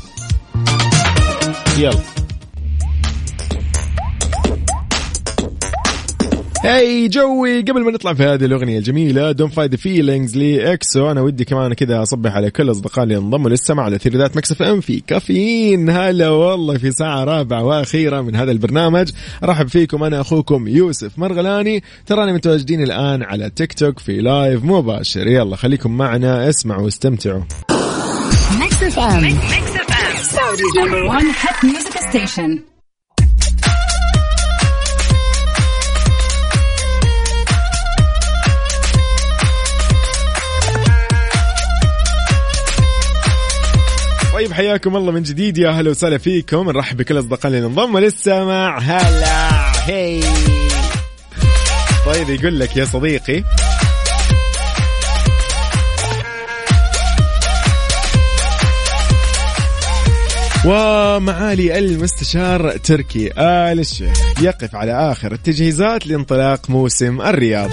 يلا هاي جوي. قبل ما نطلع في هذه الأغنية الجميلة Don't Fight the Feelings لإكسو، أنا ودي كمان كذا أصبح على كل أصدقائي اللي انضموا للسمع على ثيريدات مكس اف ام في كافيين. هلا والله في ساعة رابعة وأخيرة من هذا البرنامج. أرحب فيكم، أنا أخوكم يوسف مرغلاني، تراني متواجدين الآن على تيك توك في لايف مباشر. يلا خليكم معنا، اسمعوا واستمتعوا. مكس اف ام Saudi's number one hit music station. طيب حياكم الله من جديد، يا هلا وسهلا فيكم، نرحب بكل أصدقائنا اللي انضموا للسماع. هلا هي. طيب يقول لك يا صديقي ومعالي المستشار تركي آل الشيخ يقف على آخر التجهيزات لانطلاق موسم الرياض.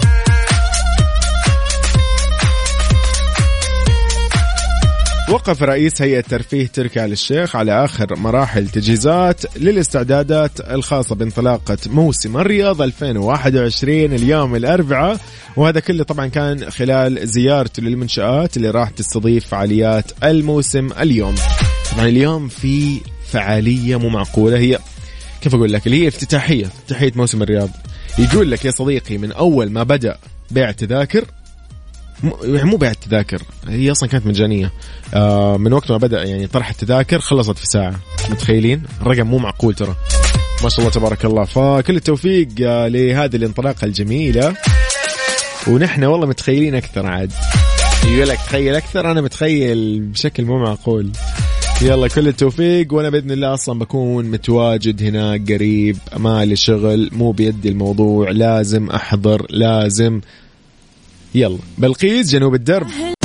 وقف رئيس هيئة ترفيه تركي آل الشيخ على آخر مراحل تجهيزات للاستعدادات الخاصة بانطلاقة موسم الرياض ألفين وواحد وعشرين اليوم الأربعاء، وهذا كله طبعا كان خلال زيارته للمنشآت اللي راح تستضيف فعاليات الموسم اليوم. طبعا اليوم في فعالية مو معقولة، هي كيف أقول لك، اللي هي افتتاحية افتتاحية موسم الرياض. يقول لك يا صديقي من أول ما بدأ بيع تذاكر، مو بيع التذاكر، هي أصلا كانت مجانية، آه من وقت ما بدأ يعني طرح التذاكر خلصت في ساعة. متخيلين الرقم؟ مو معقول ترى، ما شاء الله تبارك الله. فكل التوفيق آه لهذه الانطلاقة الجميلة، ونحن والله متخيلين أكثر عاد. يقول لك تخيل أكثر، أنا متخيل بشكل مو معقول. يلا كل التوفيق، وأنا بإذن الله أصلا بكون متواجد هناك قريب، ما لي شغل، مو بيدي الموضوع، لازم أحضر لازم. يلا بلقيس جنوب الدرب.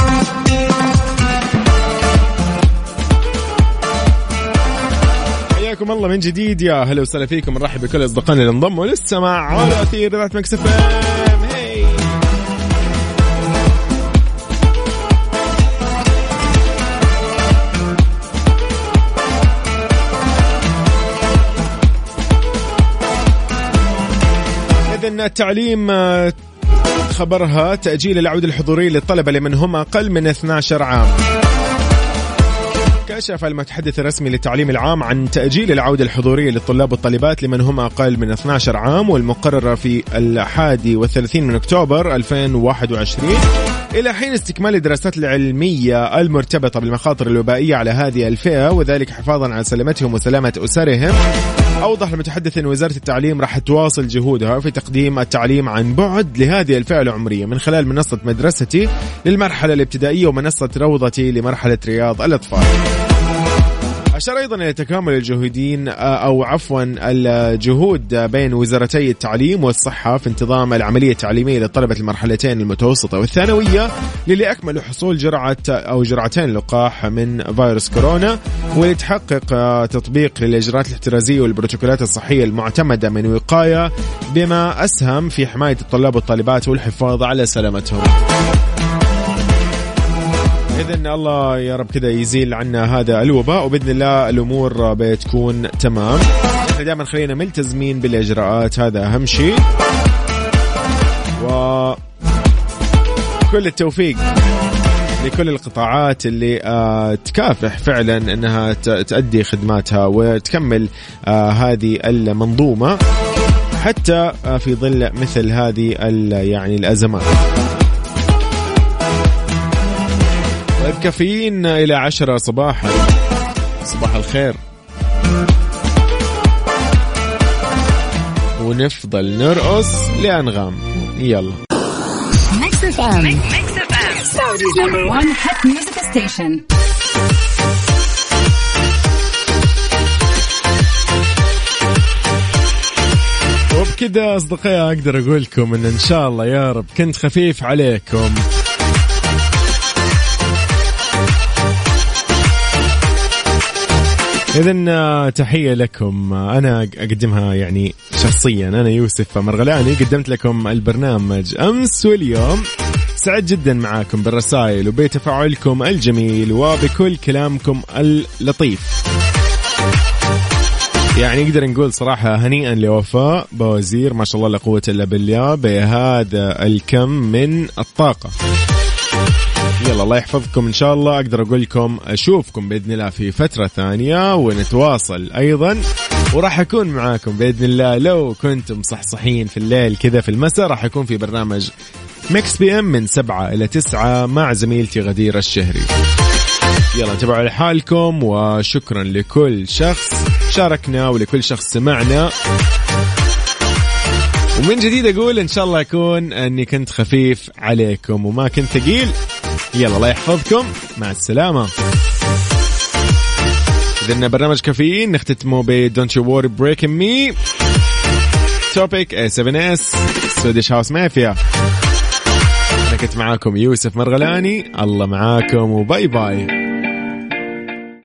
حياكم الله من جديد، يا هلا وسهلا فيكم، نرحب بكل أصدقائنا اللي انضموا للسماع على أثير ذات مكس اف ام. هي إذن التعليم خبرها تأجيل العودة الحضورية للطلبة لمن هم أقل من اثني عشر عام. كشف المتحدث الرسمي للتعليم العام عن تأجيل العودة الحضورية للطلاب والطالبات لمن هم أقل من اثني عشر عام، والمقررة في الحادي والثلاثين من أكتوبر ألفين وواحد وعشرين إلى حين استكمال الدراسات العلمية المرتبطة بالمخاطر الوبائية على هذه الفئة، وذلك حفاظا على سلامتهم وسلامة أسرهم. أوضح المتحدث أن وزارة التعليم راح تواصل جهودها في تقديم التعليم عن بعد لهذه الفئة العمرية من خلال منصة مدرستي للمرحلة الابتدائية ومنصة روضتي لمرحلة رياض الأطفال. أشار أيضا إلى تكامل الجهودين أو عفوا الجهود بين وزارتي التعليم والصحة في انتظام العملية التعليمية للطلبة المرحلتين المتوسطة والثانوية للي أكملوا حصول جرعة أو جرعتين لقاح من فيروس كورونا، ولتحقق تطبيق للإجراءات الاحترازية والبروتوكولات الصحية المعتمدة من وقاية بما أسهم في حماية الطلاب والطالبات والحفاظ على سلامتهم. إذن الله يا رب كذا يزيل عنا هذا الوباء، وبإذن الله الأمور بتكون تمام. احنا دائما خلينا ملتزمين بالإجراءات، هذا أهم شيء، وكل التوفيق لكل القطاعات اللي آه تكافح فعلا أنها تؤدي خدماتها وتكمل آه هذه المنظومة حتى آه في ظل مثل هذه يعني الأزمات. طيب كافيين إلى عشرة صباحا. صباح الخير. ونفضل نرقص لأنغام. يلا Mix إف إم. Mix إف إم. Saudi's number one hit music station. وبكذا أصدقائي أقدر أقول لكم إن إن شاء الله يا رب كنت خفيف عليكم. إذن تحية لكم، أنا أقدمها يعني شخصيا، أنا يوسف مرغلاني قدمت لكم البرنامج أمس واليوم. سعد جدا معاكم بالرسائل وبتفاعلكم الجميل وبكل كلامكم اللطيف. يعني نقدر نقول صراحة هنيئا لوفاء بوزير، ما شاء الله لا قوة إلا بالله بهذا الكم من الطاقة. يلا الله يحفظكم إن شاء الله. أقدر أقول لكم أشوفكم بإذن الله في فترة ثانية ونتواصل أيضا، وراح أكون معاكم بإذن الله لو كنتم صحصحين في الليل كذا في المساء. راح أكون في برنامج ميكس بي ام من سبعة إلى تسعة مع زميلتي غدير الشهري. يلا انتبهوا على حالكم، وشكرا لكل شخص شاركنا ولكل شخص سمعنا. ومن جديد أقول إن شاء الله أكون أني كنت خفيف عليكم وما كنت ثقيل. يلا الله يحفظكم، مع السلامة. إذن برنامج كافيين نختتمه ب Don't You Worry Breaking Me Topic إيه سفن إس Swedish House Mafia. أنا كنت معاكم يوسف مرغلاني، الله معاكم وباي باي.